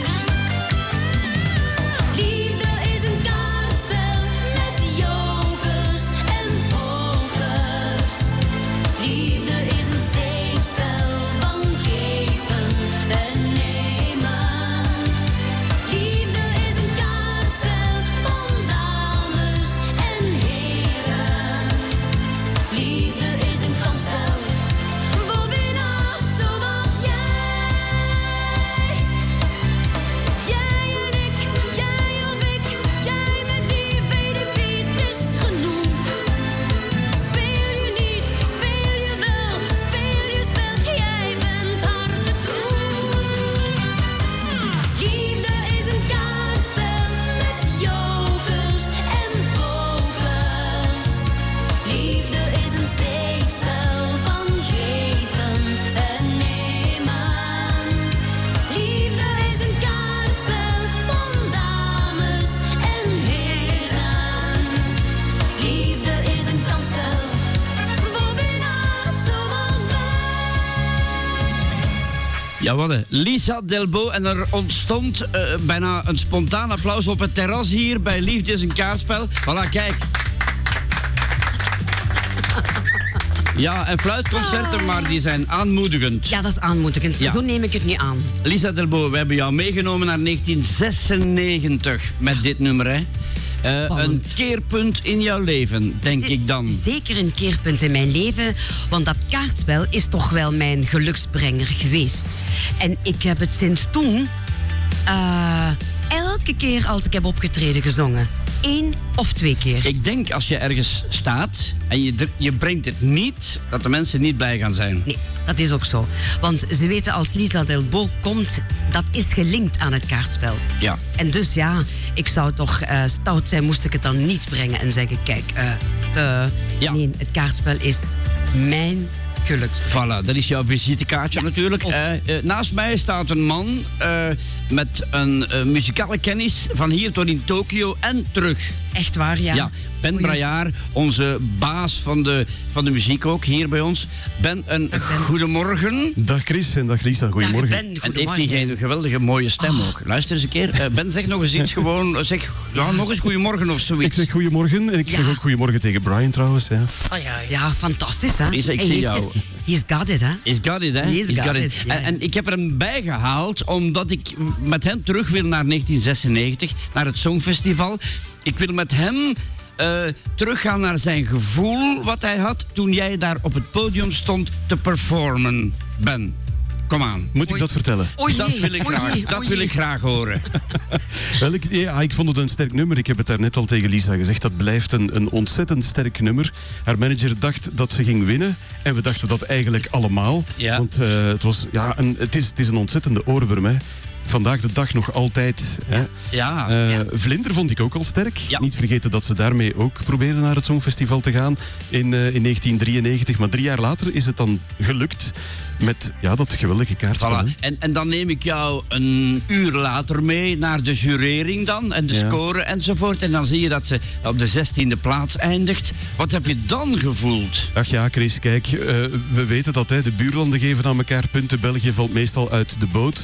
Liefde is een kaartspel met jokers en pokers. Liefde is een steekspel van geven en nemen. Liefde is een kaartspel van dames en heren. Liefde is een kansspel voor winnaars zoals jij. Jij en ik, jij of ik, jij met die VDP, het is genoeg. Speel je niet, speel je wel, speel je spel, jij bent hartetroef. Liefde is een kaartspel met jokers en pokers. Liefde is een steekspel van geven en nemen. Liefde is een kaartspel van dames en heren. Liefde is een kansspel voor winnaars zoals wij. Jawel, Lisa Delbo. En er ontstond bijna een spontaan applaus op het terras hier bij Liefde is een kaartspel. Voilà, kijk. Ja, en fluitconcerten, maar die zijn aanmoedigend. Ja, dat is aanmoedigend. Ja. Zo neem ik het nu aan. Lisa Delbo, we hebben jou meegenomen naar 1996 met dit nummer, hè. Een keerpunt in jouw leven, denk ik dan. Zeker een keerpunt in mijn leven, want dat kaartspel is toch wel mijn geluksbrenger geweest. En ik heb het sinds toen elke keer als ik heb opgetreden gezongen. 1 of 2 keer. Ik denk als je ergens staat en je brengt het niet, dat de mensen niet blij gaan zijn. Nee, dat is ook zo. Want ze weten als Lisa Delbo komt, dat is gelinkt aan het kaartspel. Ja. En dus ja, ik zou toch stout zijn, moest ik het dan niet brengen en zeggen, kijk, nee, het kaartspel is mijn geluksbrenger. Voilà, dat is jouw visitekaartje natuurlijk. Naast mij staat een man met een muzikale kennis van hier tot in Tokio en terug. Echt waar, ja. Ja, Ben Braillard, onze baas van de muziek ook, hier bij ons. Ben, een goedemorgen. Dag Chris en dag Lisa, goedemorgen. Dag Ben, En heeft hij geen geweldige mooie stem ook. Luister eens een keer. Ben, zeg nog eens iets gewoon. Zeg nog eens goedemorgen of zoiets. Ik zeg goedemorgen en ik zeg ook goedemorgen tegen Brian trouwens. Ja, ja fantastisch hè. Lisa, ik zie jou. He's got it hè. He's got it hè. He's got it. Yeah. En ik heb er hem bijgehaald omdat ik met hem terug wil naar 1996, naar het Songfestival. Ik wil met hem teruggaan naar zijn gevoel wat hij had toen jij daar op het podium stond te performen, Ben. Kom aan. Moet ik dat vertellen? Dat wil ik graag horen. Wel, ik vond het een sterk nummer. Ik heb het daarnet al tegen Lisa gezegd. Dat blijft een ontzettend sterk nummer. Haar manager dacht dat ze ging winnen. En we dachten dat eigenlijk allemaal. Ja. Want het is een ontzettende oorworm. Hè. vandaag de dag nog altijd. Hè. Vlinder vond ik ook al sterk. Ja. Niet vergeten dat ze daarmee ook probeerden naar het Songfestival te gaan in 1993. Maar 3 jaar later is het dan gelukt met dat geweldige kaartspel. Voilà. En dan neem ik jou een uur later mee naar de jurering dan. En de score enzovoort. En dan zie je dat ze op de 16e plaats eindigt. Wat heb je dan gevoeld? Ach ja, Chris, kijk, we weten dat de buurlanden geven aan elkaar punten. België valt meestal uit de boot.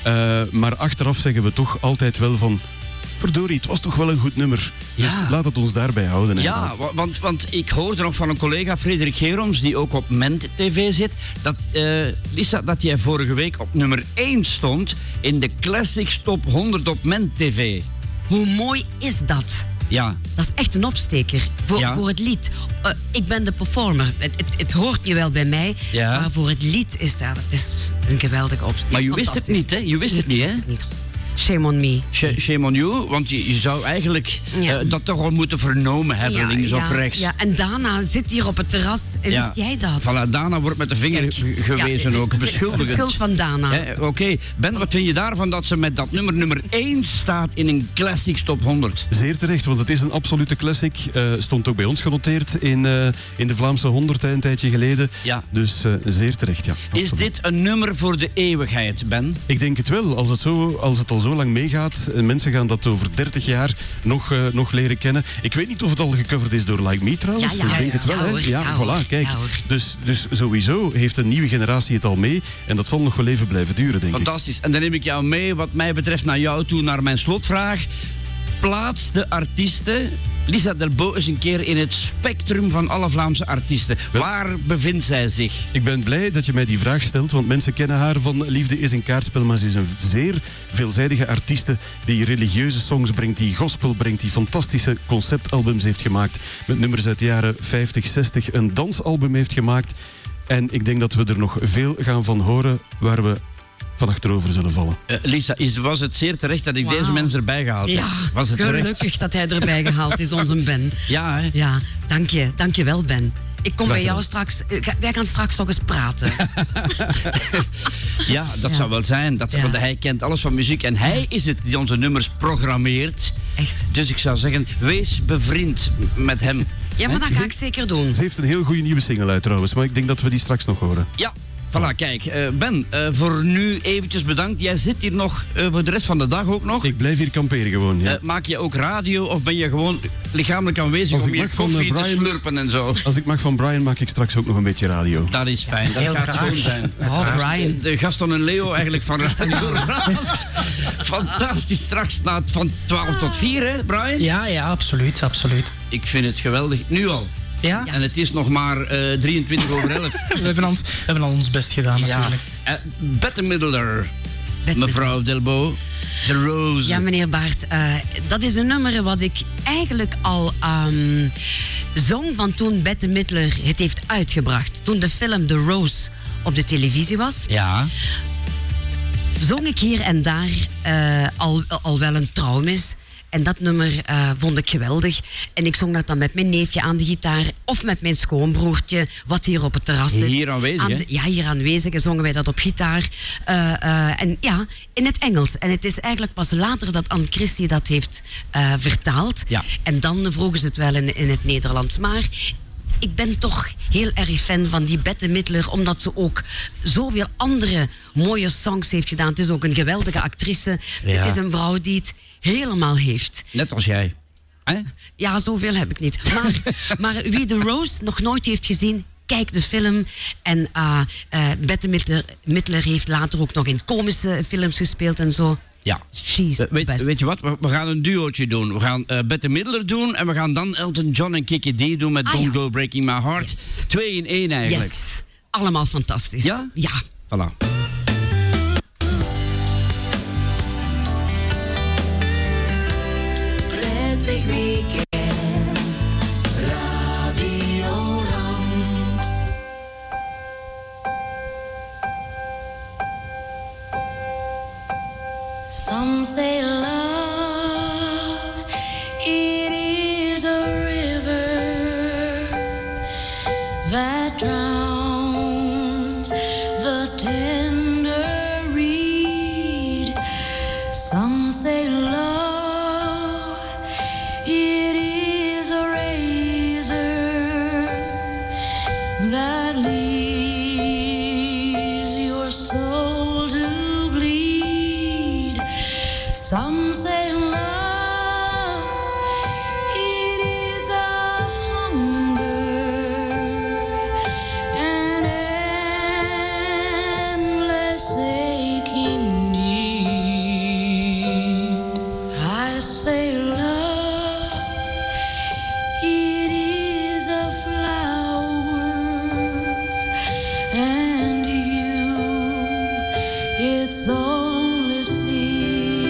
Maar achteraf zeggen we toch altijd wel van... Verdorie, het was toch wel een goed nummer. Dus laat het ons daarbij houden. Ja, want ik hoorde nog van een collega, Frederik Geroms, die ook op Ment TV zit, dat, Lisa, dat jij vorige week op nummer 1 stond in de Classics Top 100 op Ment TV. Hoe mooi is dat? Ja. Dat is echt een opsteker voor het lied. Ik ben de performer. Het hoort niet wel bij mij, maar voor het lied is dat het is een geweldige opsteker. Maar je wist het niet, hè? Je wist het niet, hè? Shame on me. Shame on you, want je zou eigenlijk dat toch al moeten vernomen hebben, links of rechts. Ja, en Dana zit hier op het terras. En wist jij dat? Voilà, Dana wordt met de vinger gewezen ook, beschuldigend. De schuld van Dana. Oké. Ben, wat vind je daarvan dat ze met dat nummer 1 staat in een Classics Top 100? Zeer terecht, want het is een absolute classic. Stond ook bij ons genoteerd in de Vlaamse 100 een tijdje geleden. Ja. Dus zeer terecht, ja. Is dit een nummer voor de eeuwigheid, Ben? Ik denk het wel. Als het al zo lang meegaat. Mensen gaan dat over 30 jaar nog leren kennen. Ik weet niet of het al gecoverd is door Like Me trouwens. Ik denk het wel, hè? Ja, voilà, kijk. Dus sowieso heeft een nieuwe generatie het al mee. En dat zal nog wel even blijven duren, denk ik. Fantastisch. En dan neem ik jou mee, wat mij betreft, naar jou toe, naar mijn slotvraag. Plaats de artiesten. Lisa Delbo is een keer in het spectrum van alle Vlaamse artiesten. Waar bevindt zij zich? Ik ben blij dat je mij die vraag stelt, want mensen kennen haar van Liefde is een kaartspel, maar ze is een zeer veelzijdige artieste die religieuze songs brengt, die gospel brengt, die fantastische conceptalbums heeft gemaakt met nummers uit de jaren 50, 60, een dansalbum heeft gemaakt. En ik denk dat we er nog veel gaan van horen waar we van achterover zullen vallen. Lisa, was het zeer terecht dat ik deze mensen erbij gehaald heb? Ja, was het gelukkig dat hij erbij gehaald is, onze Ben. Ja, hè? Ja, dank je wel, Ben. Ik kom bij jou straks... wij gaan straks nog eens praten. Ja, dat zou wel zijn. Want hij kent alles van muziek. En hij is het die onze nummers programmeert. Echt. Dus ik zou zeggen, wees bevriend met hem. Ja, maar dat ga ik zeker doen. Ze heeft een heel goede nieuwe single uit trouwens. Maar ik denk dat we die straks nog horen. Ja. Voilà, kijk. Ben, voor nu eventjes bedankt. Jij zit hier nog voor de rest van de dag ook nog. Ik blijf hier kamperen gewoon, ja. Maak je ook radio of ben je gewoon lichamelijk aanwezig om hier koffie te slurpen en zo? Als ik mag van Brian, maak ik straks ook nog een beetje radio. Dat is fijn, dat heel gaat schoon zijn. Oh, Brian. De Gaston en Leo eigenlijk van Radio Rand. Fantastisch, straks van 12 tot 4, hè Brian? Ja, absoluut. Ik vind het geweldig, nu al. Ja? En het is nog maar 23 over 11. We hebben al ons best gedaan, natuurlijk. Bette Midler, mevrouw Delbo, The Rose. Ja, meneer Baert, dat is een nummer wat ik eigenlijk al zong van toen Bette Midler het heeft uitgebracht. Toen de film The Rose op de televisie was. Ja. Zong ik hier en daar al wel een trouwmis. En dat nummer vond ik geweldig. En ik zong dat dan met mijn neefje aan de gitaar. Of met mijn schoonbroertje, wat hier op het terras zit. Hier aanwezig, hè? Ja, hier aanwezig. En zongen wij dat op gitaar. En ja, in het Engels. En het is eigenlijk pas later dat Anne Christie dat heeft vertaald. Ja. En dan vroegen ze het wel in het Nederlands. Maar ik ben toch heel erg fan van die Bette Midler, omdat ze ook zoveel andere mooie songs heeft gedaan. Het is ook een geweldige actrice. Ja. Het is een vrouw die het helemaal heeft. Net als jij. Hè? Ja, zoveel heb ik niet. Maar wie The Rose nog nooit heeft gezien, kijk de film. En Bette Midler heeft later ook nog in komische films gespeeld en zo. Ja. She's best. Weet je wat? We gaan een duootje doen. We gaan Bette Midler doen en we gaan dan Elton John en Kiki D doen met Don't Go Breaking My Heart. Yes. 2 in 1 eigenlijk. Yes. Allemaal fantastisch. Ja? Ja. Voilà. Prettig weekend, Radio Rand. Some say love, it is a river that drowns the tender reed. say love, it is a razor that leaves your soul to bleed. Some say love, it is a hunger, an endless aching need. I say love, it is a flower, and you, it's only seed.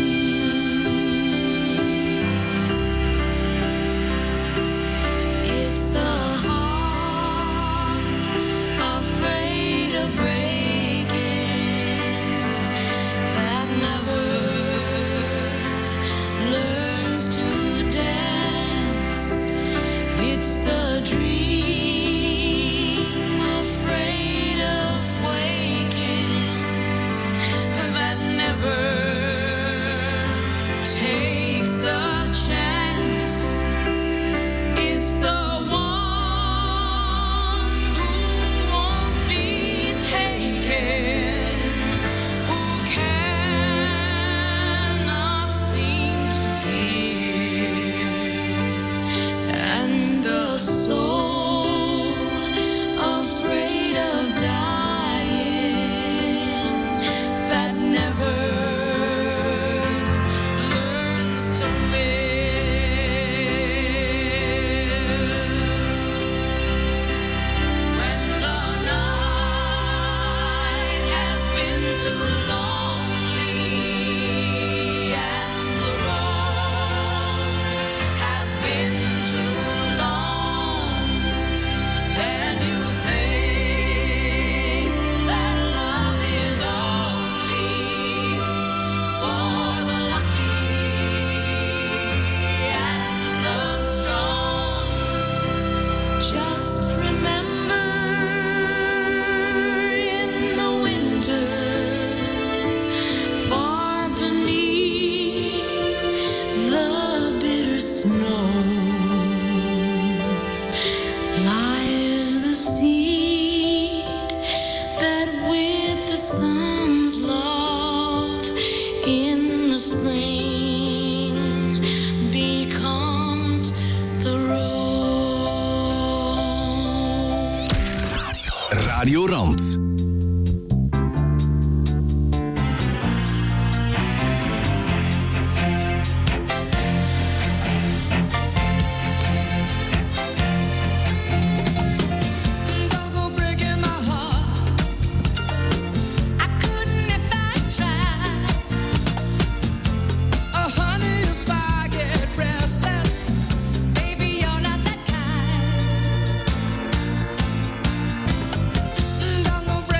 It's the heart afraid of breaking that never learns to dance. It's the dream afraid of waking that never takes the chance. It's the one who won't be taken, who cannot seem to give, and the soul afraid of dying that never learns to live. When the night has been too lonely and the road has been too long, and you think that love is only for the lucky and the strong, just remember in the winter, far beneath the bitter snows, lies the seed that with the sun's love in the spring becomes the rose. Radio Rand. Don't go breaking my heart. I couldn't if I tried. Honey, if I get restless, Baby, you're not that kind. don't go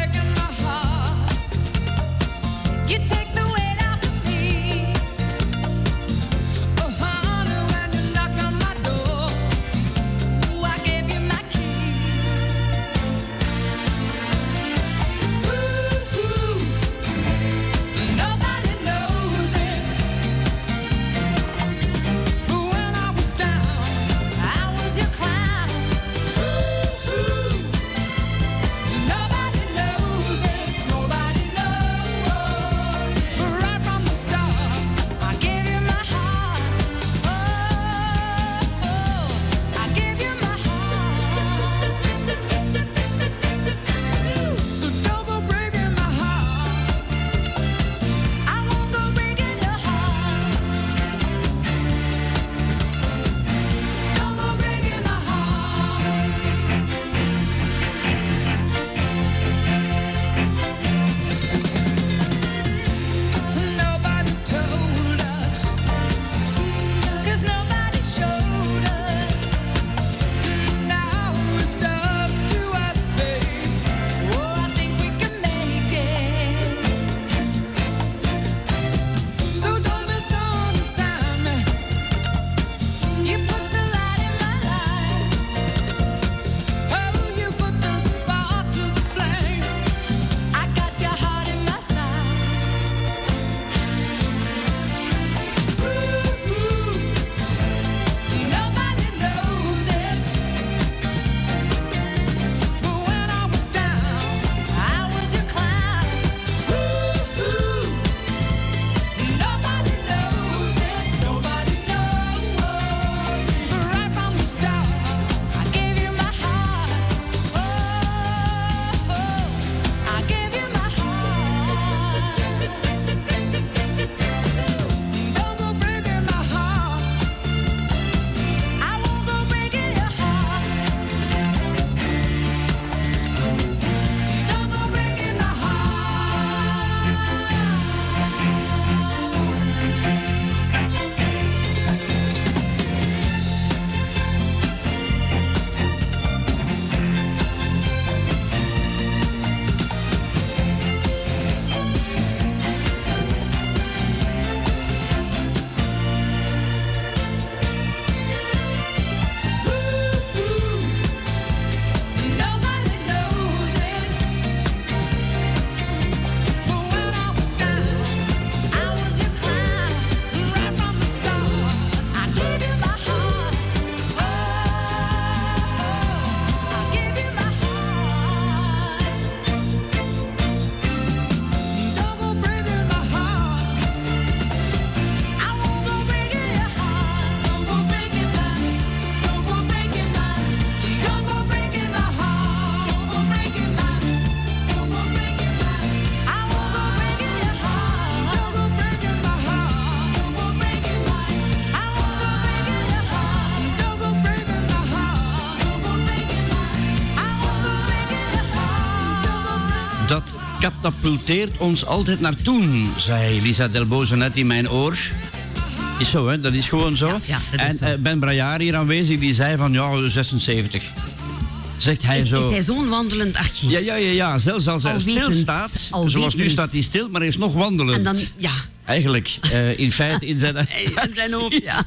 katapulteert ons altijd naar toen, zei Lisa Del Bozo net in mijn oor. Is zo, hè? Dat is gewoon zo. Ja, dat is zo. Ben Braillard hier aanwezig, die zei van, ja, 76. Zegt hij zo. Is hij zo'n wandelend archief? Ja. Zelfs als hij stilstaat, zoals nu staat hij stil, maar hij is nog wandelend. En dan, ja. Eigenlijk, in feite, in zijn hoofd, ja.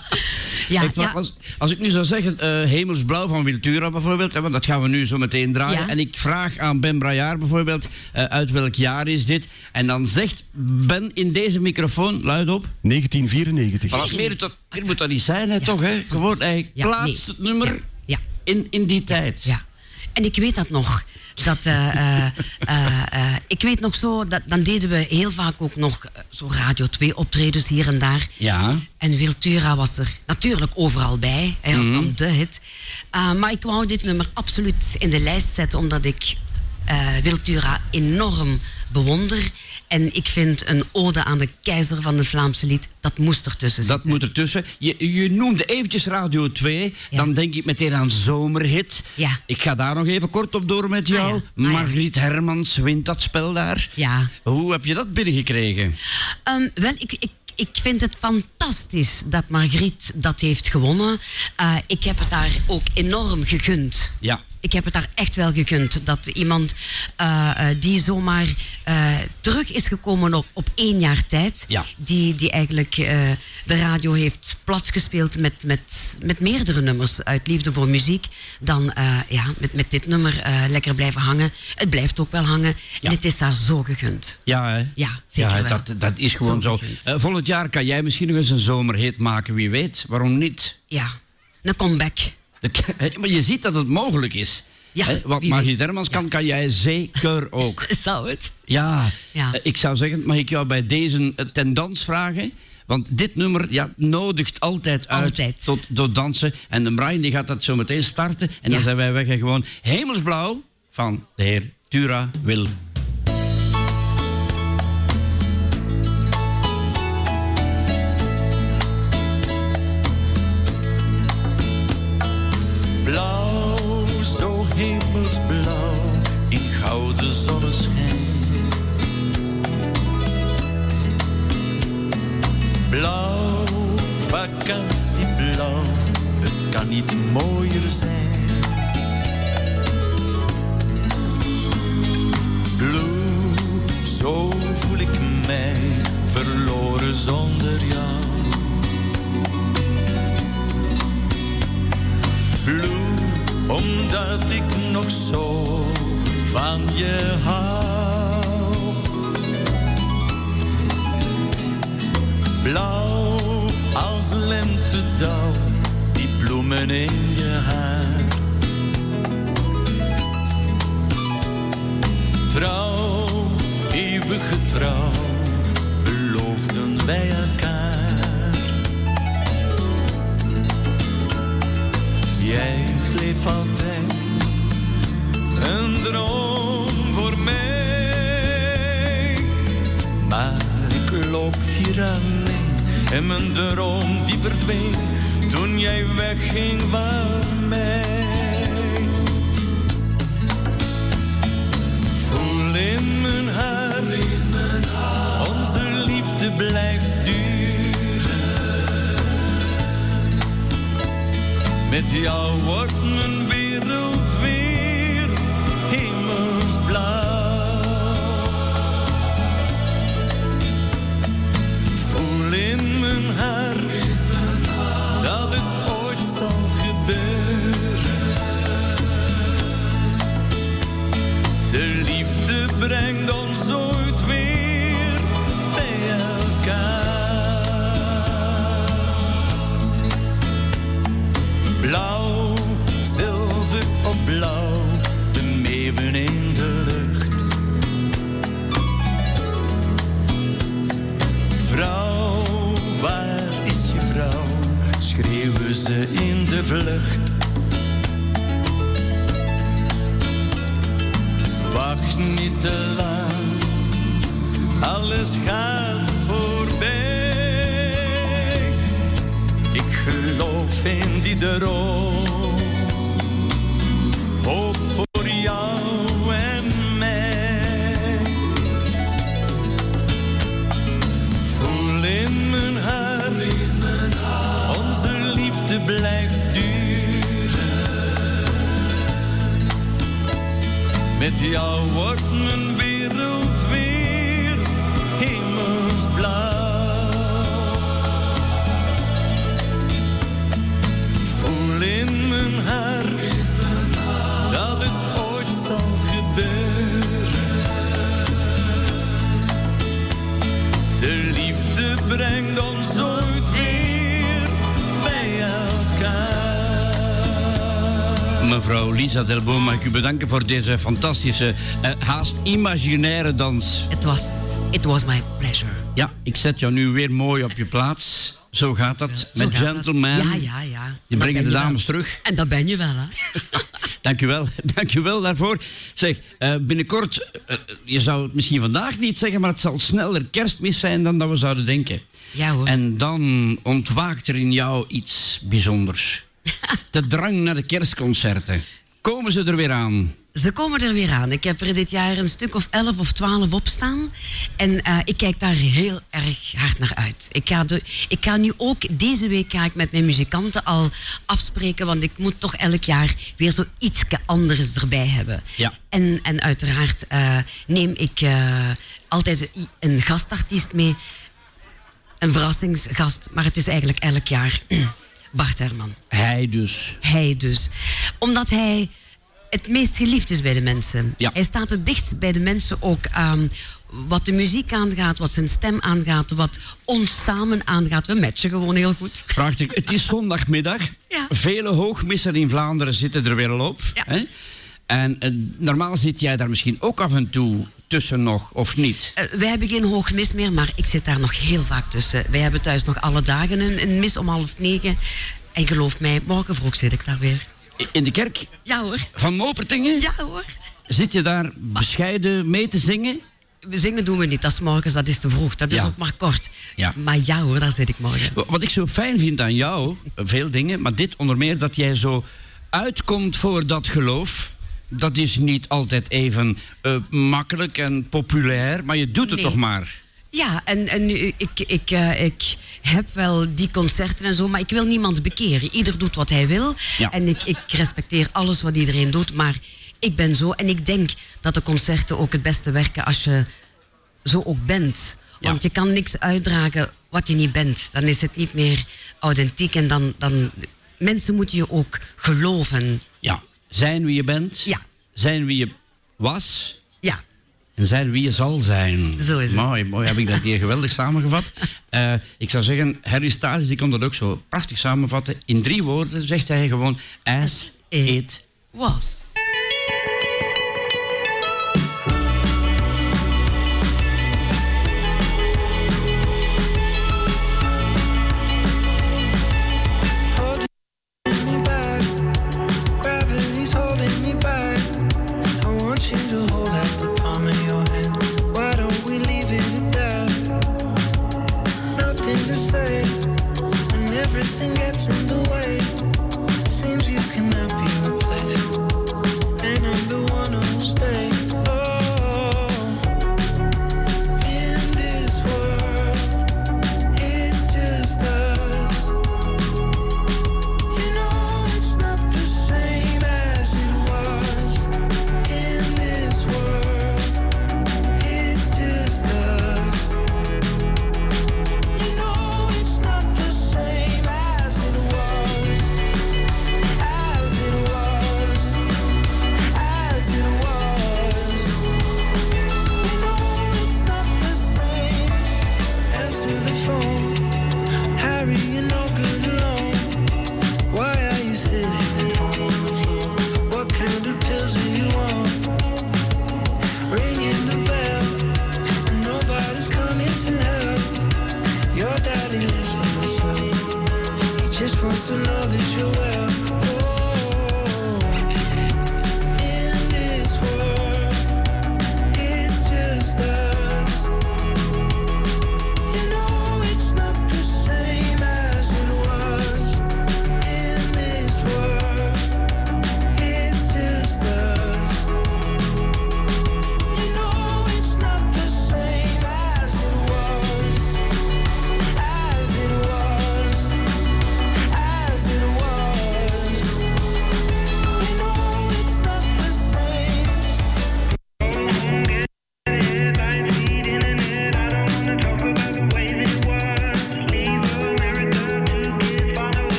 Als ik nu zou zeggen, Hemelsblauw van Wiltura bijvoorbeeld, want dat gaan we nu zo meteen draaien. Ja. En ik vraag aan Ben Braillard bijvoorbeeld, uit welk jaar is dit? En dan zegt Ben in deze microfoon, luid op. 1994. Maar meer moet dat niet zijn, hè, toch? Hè? Gewoon, hij plaatst het nummer in die tijd. Ja. En ik weet dat nog. Ik weet nog zo, dan deden we heel vaak ook nog zo Radio 2 optredens hier en daar. Ja. En Wiltura was er natuurlijk overal bij. Hij had dan de hit. Maar ik wou dit nummer absoluut in de lijst zetten, omdat ik Wiltura enorm bewonder. En ik vind een ode aan de keizer van het Vlaamse lied, dat moest ertussen zitten. Dat moet ertussen. Je noemde eventjes Radio 2, dan denk ik meteen aan Zomerhit. Ja. Ik ga daar nog even kort op door met jou. Margriet Hermans wint dat spel daar. Ja. Hoe heb je dat binnengekregen? Wel, ik vind het fantastisch dat Margriet dat heeft gewonnen. Ik heb het daar ook enorm gegund. Ja. Ik heb het daar echt wel gegund. Dat iemand die zomaar terug is gekomen op 1 jaar tijd. Ja. Die eigenlijk de radio heeft platgespeeld met meerdere nummers uit Liefde voor Muziek. Dan met dit nummer lekker blijven hangen. Het blijft ook wel hangen. Ja. En het is daar zo gegund. Ja, hè? Ja, zeker wel. Dat is gewoon zo. Volgend jaar kan jij misschien nog eens een zomerhit maken. Wie weet. Waarom niet? Ja, een comeback. Maar je ziet dat het mogelijk is. Ja, wat Margriet Hermans kan jij zeker ook. Zou het? Ja. Ik zou zeggen, mag ik jou bij deze ten dans vragen? Want dit nummer nodigt altijd uit tot dansen. En de Brian die gaat dat zo meteen starten. En dan zijn wij weg en gewoon Hemelsblauw van de heer Tura Wil. Blauw, zo hemelsblauw, in gouden zonneschijn. Blauw, vakantieblauw, het kan niet mooier zijn. Blue, zo voel ik mij, verloren zonder jou. Blue, omdat ik nog zo van je hou. Blauw als lentedauw, die bloemen in je haar. Trouw, eeuwige trouw, beloofden wij elkaar. Jij bleef altijd een droom voor mij. Maar ik loop hier alleen en mijn droom die verdween toen jij wegging van mij. Voel in mijn haar, onze liefde blijft duren. Met jou wordt mijn wereld weer hemelsblauw. Voel in mijn haar dat het ooit zal gebeuren. De liefde brengt ons ooit weer bij elkaar. Blauw, zilver op blauw, de meeuwen in de lucht. Vrouw, waar is je vrouw? Schreeuwen ze in de vlucht. Wacht niet te lang, alles gaat voorbij. Ik geloof in die droom, hoop voor jou en mij. blijft duren. Met jou wordt mijn wereld weer hemelsblauw. Voel in mijn hart dat het ooit zal gebeuren. De liefde brengt ons ooit weer bij elkaar. Mevrouw Lisa Delboom, mag ik u bedanken voor deze fantastische, haast imaginaire dans. It was my pleasure. Ja, ik zet jou nu weer mooi op je plaats. Zo gaat dat, met Gentleman. Ja. Die brengen de dames terug. En dat ben je wel, hè? Dank u wel daarvoor. Zeg, binnenkort, je zou het misschien vandaag niet zeggen, maar het zal sneller Kerstmis zijn dan dat we zouden denken. Ja hoor. En dan ontwaakt er in jou iets bijzonders. De drang naar de kerstconcerten. Komen ze er weer aan? Ze komen er weer aan. Ik heb er dit jaar een stuk of 11 of 12 op staan. En ik kijk daar heel erg hard naar uit. Ik ga nu ook, deze week ga ik met mijn muzikanten al afspreken, want ik moet toch elk jaar weer zo iets anders erbij hebben. Ja. En uiteraard neem ik altijd een gastartiest mee. Een verrassingsgast, maar het is eigenlijk elk jaar Bart Herman. Hij dus. Omdat hij het meest geliefd is bij de mensen. Ja. Hij staat het dichtst bij de mensen ook wat de muziek aangaat, wat zijn stem aangaat, wat ons samen aangaat. We matchen gewoon heel goed. Prachtig. Het is zondagmiddag. Ja. Vele hoogmissen in Vlaanderen zitten er weer al op. Ja. Hè? En normaal zit jij daar misschien ook af en toe tussen nog, of niet? Wij hebben geen hoogmis meer, maar ik zit daar nog heel vaak tussen. Wij hebben thuis nog alle dagen een mis om 8:30. En geloof mij, morgen vroeg zit ik daar weer. In de kerk? Ja hoor. Van Mopertingen? Ja hoor. Zit je daar bescheiden mee te zingen? Zingen doen we niet, dat is morgens, dat is te vroeg. Dat is ook maar kort. Ja. Maar ja hoor, daar zit ik morgen. Wat ik zo fijn vind aan jou, veel dingen, maar dit onder meer, dat jij zo uitkomt voor dat geloof. Dat is niet altijd even makkelijk en populair, maar je doet het toch maar. Ja, en ik heb wel die concerten en zo, maar ik wil niemand bekeren. Ieder doet wat hij wil. Ja. En ik respecteer alles wat iedereen doet, maar ik ben zo. En ik denk dat de concerten ook het beste werken als je zo ook bent. Want je kan niks uitdragen wat je niet bent. Dan is het niet meer authentiek en dan mensen moeten je ook geloven. Ja, zijn wie je bent. Ja. Zijn wie je was. Ja. En zijn wie je zal zijn. Zo is het. Mooi, heb ik dat hier geweldig samengevat. Ik zou zeggen, Harry Styles die kon dat ook zo prachtig samenvatten. In 3 woorden zegt hij gewoon, as it was. As it was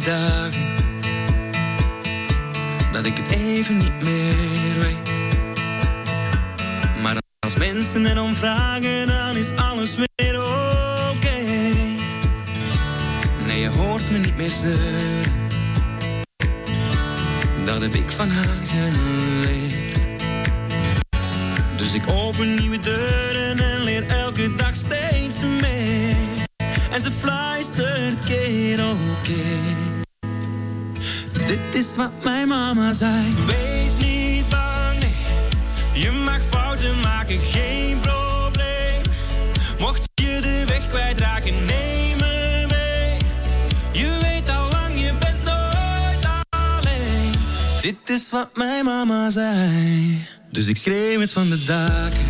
dagen dat ik het even niet meer weet. Maar als mensen erom vragen, dan is alles weer oké. Nee, je hoort me niet meer zeuren. Dat heb ik van haar geleerd. Dus ik open nieuwe deuren en leer elke dag steeds meer. En ze fluistert keer op keer. Dit is wat mijn mama zei. Wees niet bang, nee. Je mag fouten maken, geen probleem. Mocht je de weg kwijtraken, neem me mee. Je weet al lang, je bent nooit alleen. Dit is wat mijn mama zei. Dus ik schreeuw het van de daken.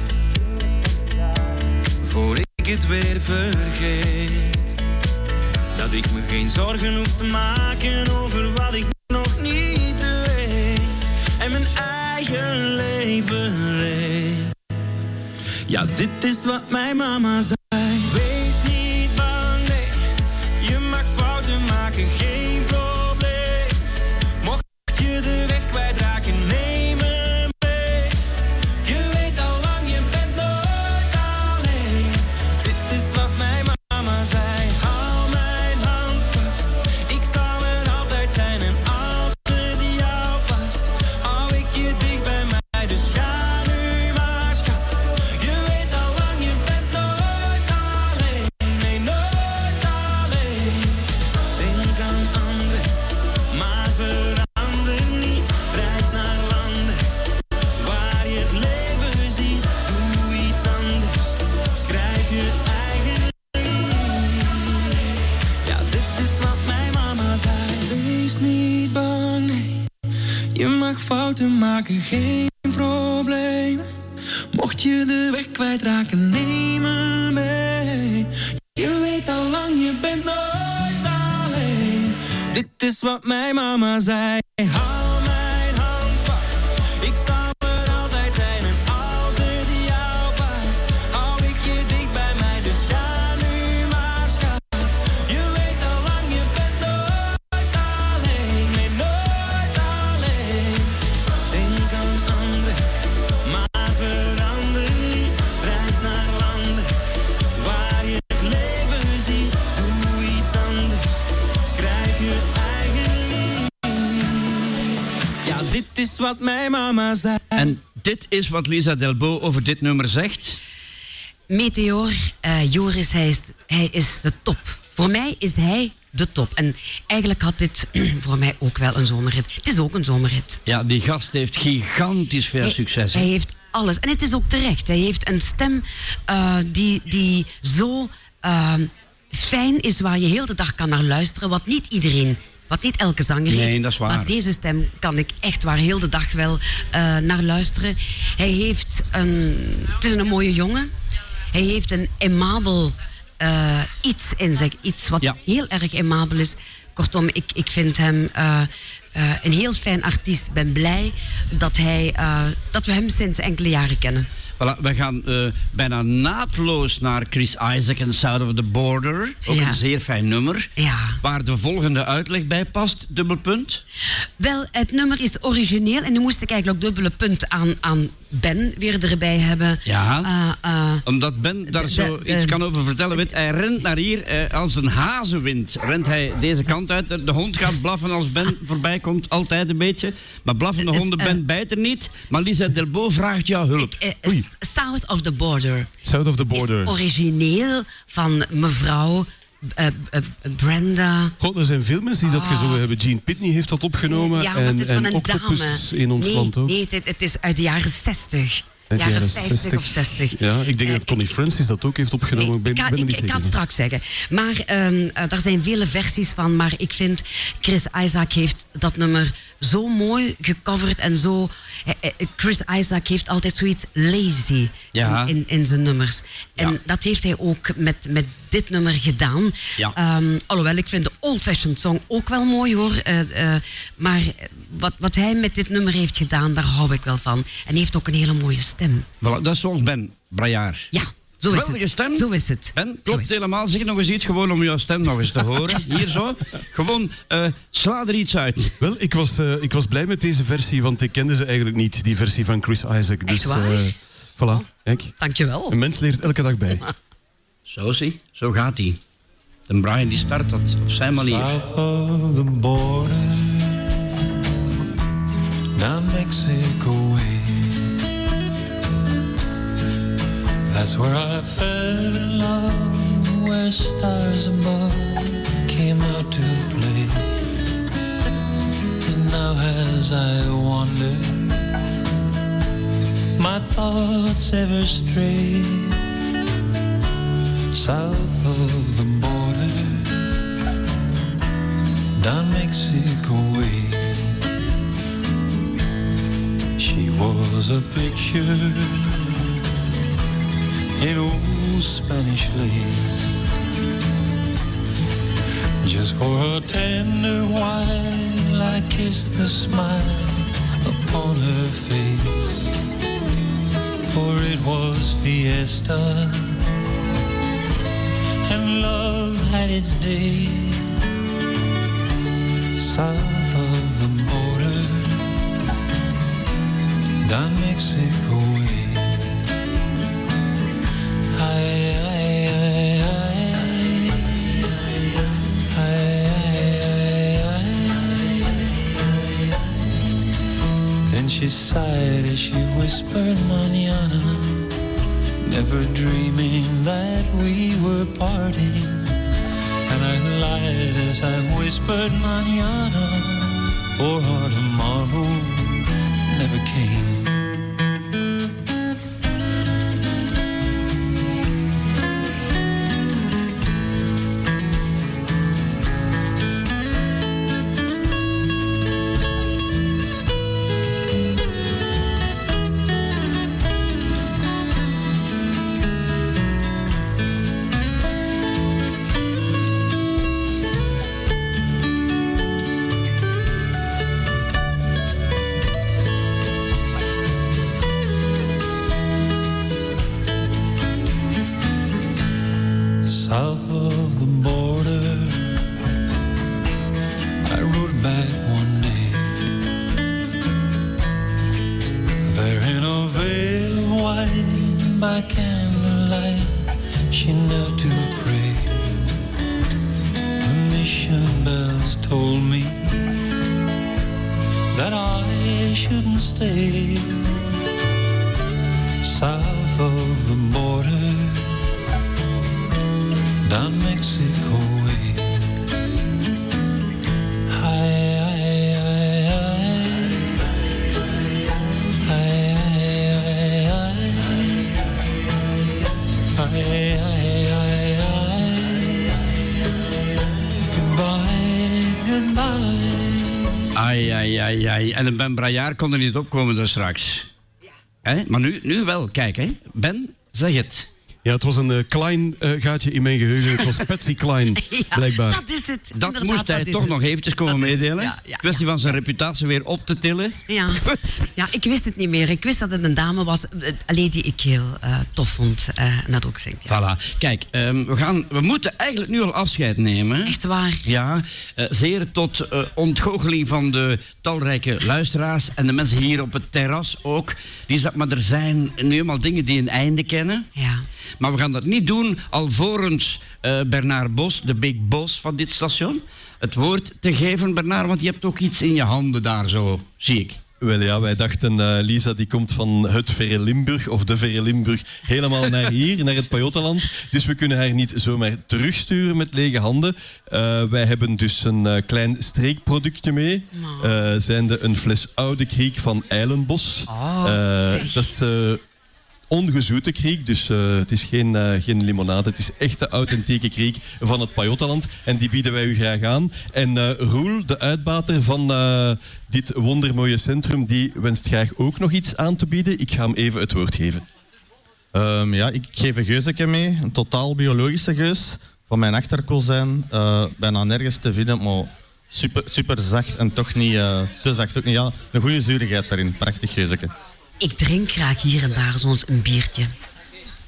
Voor ik het weer vergeet. Dat ik me geen zorgen hoef te maken over wat ik nog niet weet. En mijn eigen leven leef. Ja, dit is wat mijn mama zei. Wees niet bang, nee. Je mag fouten maken, geen probleem. Mocht je de weg kwijtraken, neem me mee. Je weet al lang, je bent nooit alleen. Dit is wat mijn mama zei. Hou mijn hand vast, ik zal er altijd zijn. En als het jou past, hou ik je dicht bij mij. Dus ga nu maar, schat. Je weet al lang, je bent nooit alleen. Nee, nooit alleen. Denk aan anderen, maar verander niet. Reis naar landen waar je het leven ziet. Doe iets anders, schrijf je eigen lied. Ja, dit is wat mijn mama zei. Wees niet bang, nee. Je mag fouten maken, geen probleem. Mocht je de weg kwijtraken, neem me mee. Je weet al lang, je bent nooit alleen. Dit is wat mijn mama zei. Hou mijn hand vast, ik zal er altijd zijn. En als het jou past, hou ik je dicht bij mij. Dus ga nu maar, schat. Je weet al lang, je bent nooit alleen. Nee, nooit alleen. Denk aan anderen, maar verander niet. Reis naar landen waar je het leven ziet. Doe iets anders, schrijf je eigen lied. Ja, dit is wat mijn mama zei. En dit is wat Lisa Delbo over dit nummer zegt. Meteor, Joris, hij is de top. Voor mij is hij de top. En eigenlijk had dit voor mij ook wel een zomerhit. Het is ook een zomerhit. Ja, die gast heeft gigantisch veel succes. hè? Hij heeft alles. En het is ook terecht. Hij heeft een stem die zo fijn is, waar je heel de dag kan naar luisteren. Wat niet elke zanger heeft. Nee, dat is waar. Maar deze stem kan ik echt waar heel de dag wel naar luisteren. Hij heeft het is een mooie jongen. Hij heeft een aimabel iets in zich. Iets wat heel erg aimabel is. Kortom, ik vind hem een heel fijn artiest. Ik ben blij dat we hem sinds enkele jaren kennen. Voilà, we gaan bijna naadloos naar Chris Isaak en South of the Border. Ook een zeer fijn nummer. Ja. Waar de volgende uitleg bij past, dubbelpunt. Wel, het nummer is origineel. En nu moest ik eigenlijk ook dubbele punt aan Ben weer erbij hebben. Ja, omdat Ben daar iets kan over vertellen. Weet, hij rent naar hier als een hazenwind. Rent hij deze kant uit. De hond gaat blaffen als Ben voorbij komt. Altijd een beetje. Maar blaffende honden, Ben bijt er niet. Maar Lisa Delbo vraagt jou hulp. South of the Border. South of the Border. Is origineel van mevrouw Brenda. God, er zijn veel mensen die dat gezongen hebben. Gene Pitney heeft dat opgenomen. Ja, maar het is van een Octopus dame. in ons land ook. Nee, het is uit de jaren 60. Jaren 50 of 60. Ja, ik denk dat Connie Francis dat ook heeft opgenomen. Ik kan het straks zeggen. Maar daar zijn vele versies van. Maar ik vind, Chris Isaak heeft dat nummer zo mooi gecoverd. En zo... Chris Isaak heeft altijd zoiets lazy in zijn nummers. En dat heeft hij ook met dit nummer gedaan. Ja. Alhoewel, ik vind de old-fashioned song ook wel mooi, hoor. Maar wat hij met dit nummer heeft gedaan, daar hou ik wel van. En hij heeft ook een hele mooie stem. Voilà, dat is zoals Ben Braillard. Ja, Geweldige stem. Zo is het. Ben, klopt helemaal. Zeg nog eens iets, gewoon om jouw stem nog eens te horen. Hier zo. Gewoon, sla er iets uit. Wel, ik was blij met deze versie, want ik kende ze eigenlijk niet, die versie van Chris Isaac. Dus, echt waar? Voilà, kijk. Dankjewel. Een mens leert elke dag bij. Zo zie, zo gaat hij. De Brian die start dat op zijn manier. South of the border, down Mexico way. That's where I fell in love, where stars above came out to play. And now as I wander, my thoughts ever stray south of the border, down Mexico way. She was a picture in old Spanish lace, just for a tender while I kissed the smile upon her face. For it was fiesta, and love had its day south of the border, down Mexico way. Then she sighed as she whispered mañana, never dreaming that we were parting. And I lied as I whispered mañana, for our tomorrow never came. South of the border, I rode back one day. There in a veil of white by candlelight, she knelt to pray. The mission bells told me that I shouldn't stay south of the border, down Mexico way. Ai, ai, ai, ai. En een Ben Braillard kon er niet opkomen dus straks. Hè? Maar nu wel, kijk hè. Ben, zeg het. Ja, het was een klein gaatje in mijn geheugen. Het was Patsy Cline, blijkbaar. Dat is het. Dat Inderdaad, moest hij dat is toch het. nog eventjes komen meedelen. Ja, Kwestie van zijn reputatie weer op te tillen. Ja. Ja, ik wist het niet meer. Ik wist dat het een dame was die ik heel tof vond. En dat ook zingt. Ja. Voilà. Kijk, we moeten eigenlijk nu al afscheid nemen. Echt waar? Ja, zeer tot ontgoocheling van de talrijke luisteraars en de mensen hier op het terras ook. Maar er zijn nu eenmaal dingen die een einde kennen. Ja. Maar we gaan dat niet doen alvorens Bernard Bos, de big boss van dit station, het woord te geven, Bernard, want je hebt ook iets in je handen daar zo, zie ik. Wel ja, wij dachten, Lisa die komt van het Verre Limburg, of de Verre Limburg, helemaal naar hier, naar het Pajottenland. Dus we kunnen haar niet zomaar terugsturen met lege handen. Wij hebben dus een klein streekproductje mee. Zijnde een fles Oude Kriek van Eilenbos. Dat is ongezoete kriek, dus het is geen limonade. Het is echte authentieke kriek van het Pajottenland. En die bieden wij u graag aan. En Roel, de uitbater van dit wondermooie centrum, die wenst graag ook nog iets aan te bieden. Ik ga hem even het woord geven. Ja, ik geef een geuzetje mee. Een totaal biologische geus. Van mijn achterkozijn. Bijna nergens te vinden, maar super zacht en toch niet te zacht. Ook niet, ja, een goede zuurigheid daarin. Prachtig geuzetje. Ik drink graag hier en daar soms een biertje.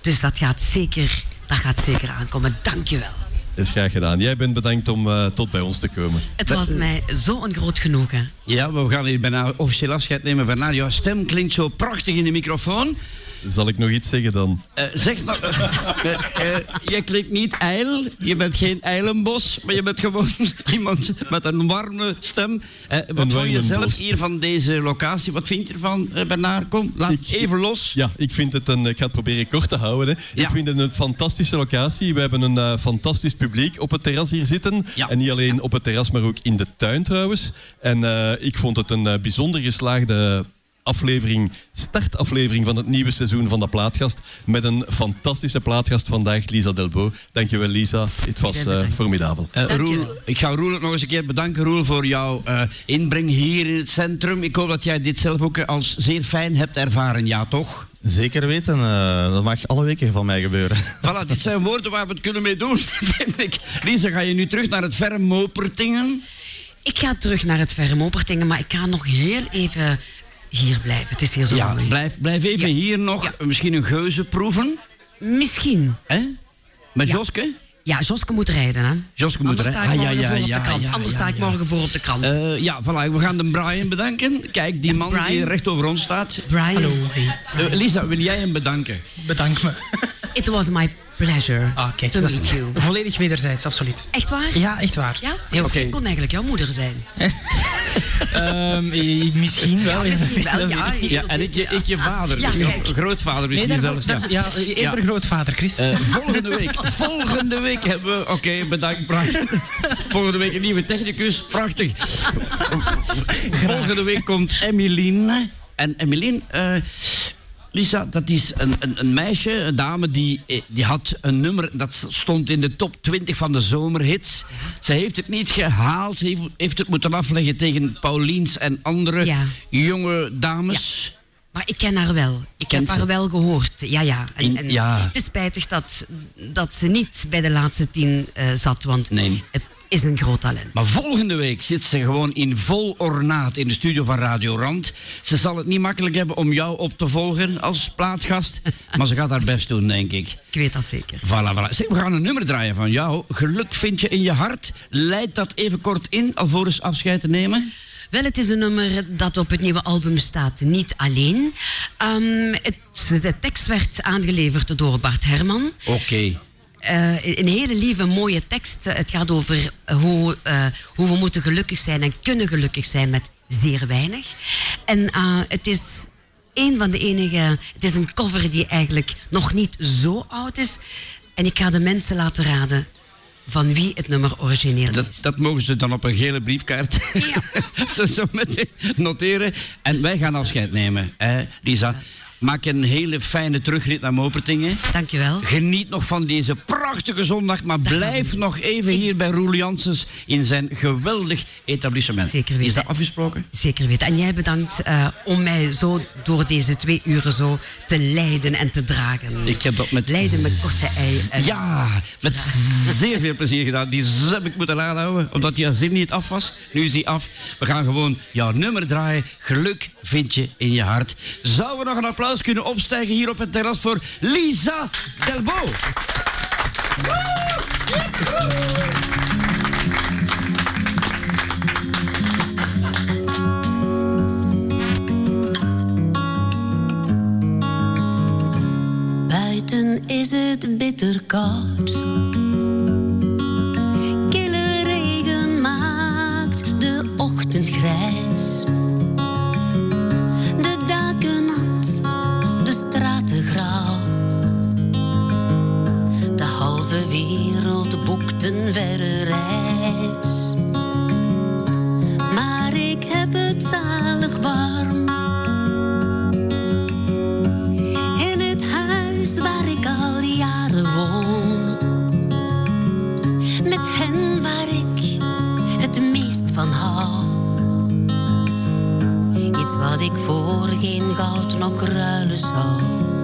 Dus dat gaat zeker aankomen. Dank je wel. Is graag gedaan. Jij bent bedankt om tot bij ons te komen. Het was mij zo'n groot genoegen. Ja, we gaan hier bijna officieel afscheid nemen. Bernard, jouw stem klinkt zo prachtig in de microfoon. Zal ik nog iets zeggen dan? Zeg maar, je klinkt niet ijl, je bent geen eilenbos, maar je bent gewoon iemand met een warme stem. Wat vond je zelf hier van deze locatie? Wat vind je ervan, Bernard? Kom, laat even los. Ja, ik ga het proberen kort te houden. Hè. Ja. Ik vind het een fantastische locatie. We hebben een fantastisch publiek op het terras hier zitten. Ja. En niet alleen op het terras, maar ook in de tuin trouwens. En ik vond het een bijzonder geslaagde startaflevering van het nieuwe seizoen van de Plaatgast. Met een fantastische plaatgast vandaag, Lisa Delbo. Dankjewel, Lisa. Het was formidabel. Roel, ik ga Roel nog eens een keer bedanken, Roel, voor jouw inbreng hier in het centrum. Ik hoop dat jij dit zelf ook als zeer fijn hebt ervaren, ja toch? Zeker weten. Dat mag alle weken van mij gebeuren. Voilà, dit zijn woorden waar we het kunnen mee doen, vind ik. Lisa, ga je nu terug naar het verre Mopertingen? Ik ga terug naar het verre Mopertingen, maar ik ga nog heel even hier blijven. Het is hier zo mooi. Blijf even hier nog misschien een geuze proeven. Misschien. Met Joske? Ja, Joske moet rijden, hè? Joske moet rijden. Anders sta ik morgen voor op de krant. Ja, voilà. We gaan de Brian bedanken. Kijk, die man die recht over ons staat. Brian. Hallo. Hey. Lisa, wil jij hem bedanken? Bedank me. It was my pleasure to meet you. Volledig wederzijds, absoluut. Echt waar? Ja, echt waar. Ja? Ik kon eigenlijk jouw moeder zijn. Misschien wel. Ja, misschien wel. Ja, en ik je vader. Ja, grootvader misschien zelfs. Ja, eerder grootvader, Chris. Volgende week hebben we... Oké, bedankt, Brian. Volgende week een nieuwe technicus. Prachtig. Volgende week komt Emmeline. En Emmeline... Lisa, dat is een meisje, een dame, die had een nummer... dat stond in de top 20 van de zomerhits. Ze heeft het niet gehaald. Ze heeft het moeten afleggen tegen Pauliens en andere jonge dames. Ja. Maar ik ken haar wel. Ik heb haar wel gehoord. Ja. En het is spijtig dat ze niet bij de laatste 10 zat, want het is een groot talent. Maar volgende week zit ze gewoon in vol ornaat in de studio van Radio Rand. Ze zal het niet makkelijk hebben om jou op te volgen als plaatgast, maar ze gaat haar best doen, denk ik. Ik weet dat zeker. Voilà. Zeg, we gaan een nummer draaien van jou. Geluk vind je in je hart. Leid dat even kort in, alvorens afscheid te nemen. Wel, het is een nummer dat op het nieuwe album staat, niet alleen. De tekst werd aangeleverd door Bart Herman. Oké. Een hele lieve, mooie tekst. Het gaat over hoe we moeten gelukkig zijn en kunnen gelukkig zijn met zeer weinig. En het is een van de enige... Het is een cover die eigenlijk nog niet zo oud is. En ik ga de mensen laten raden van wie het nummer origineel is. Dat mogen ze dan op een gele briefkaart zo meteen noteren. En wij gaan afscheid nemen, Lisa. Maak een hele fijne terugrit naar Mopertingen. Dankjewel. Geniet nog van deze prachtige zondag, maar blijf nog even hier bij Roel Janssens in zijn geweldig etablissement. Zeker weten. Is dat afgesproken? Zeker weten. En jij bedankt om mij zo door deze 2 uren zo te leiden en te dragen. Ik heb dat met... Leiden met korte ei. Ja, met zeer veel plezier gedaan. Die heb ik moeten aanhouden, omdat die zin niet af was. Nu is die af. We gaan gewoon jouw nummer draaien. Geluk vind je in je hart. Zouden we nog een applaus kunnen opstijgen hier op het terras voor Lisa Delbo. Buiten is het bitter koud. Kille regen maakt de ochtend grijs. De daken nat, de straten grauw. De halve wereld boekt een verre reis. Maar ik heb het zalig warm. In het huis waar ik al jaren woon. Met hen waar ik het meest van hou. Iets wat ik voor geen goud nog ruilen zou.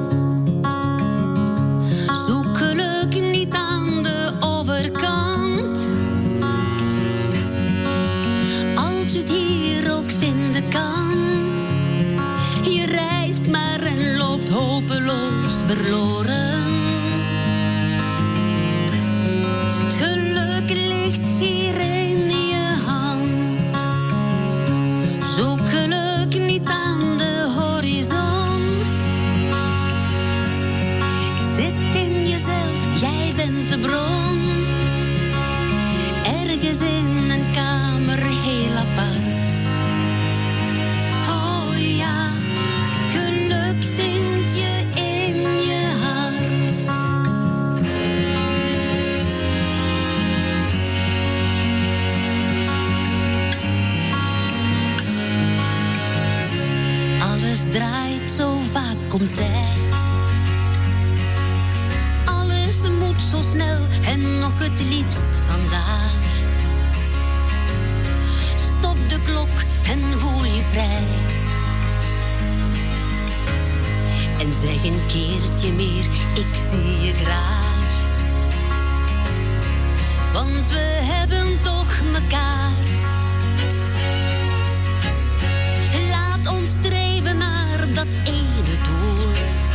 Zoek geluk niet aan de overkant. Als je het hier ook vinden kan. Je reist maar en loopt hopeloos verloren. alles draait zo vaak om tijd. Alles moet zo snel en nog het liefst vandaag. Stop de klok en voel je vrij. En zeg een keertje meer, ik zie je graag. Want we hebben toch mekaar. Laat ons streven naar dat ene doel.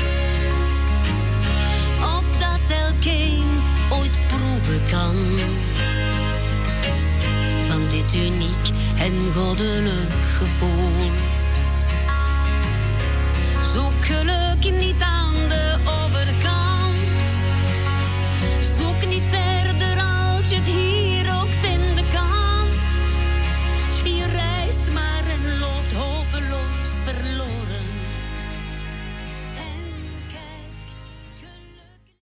Opdat elkeen ooit proeven kan. Van dit uniek en goddelijk gevoel.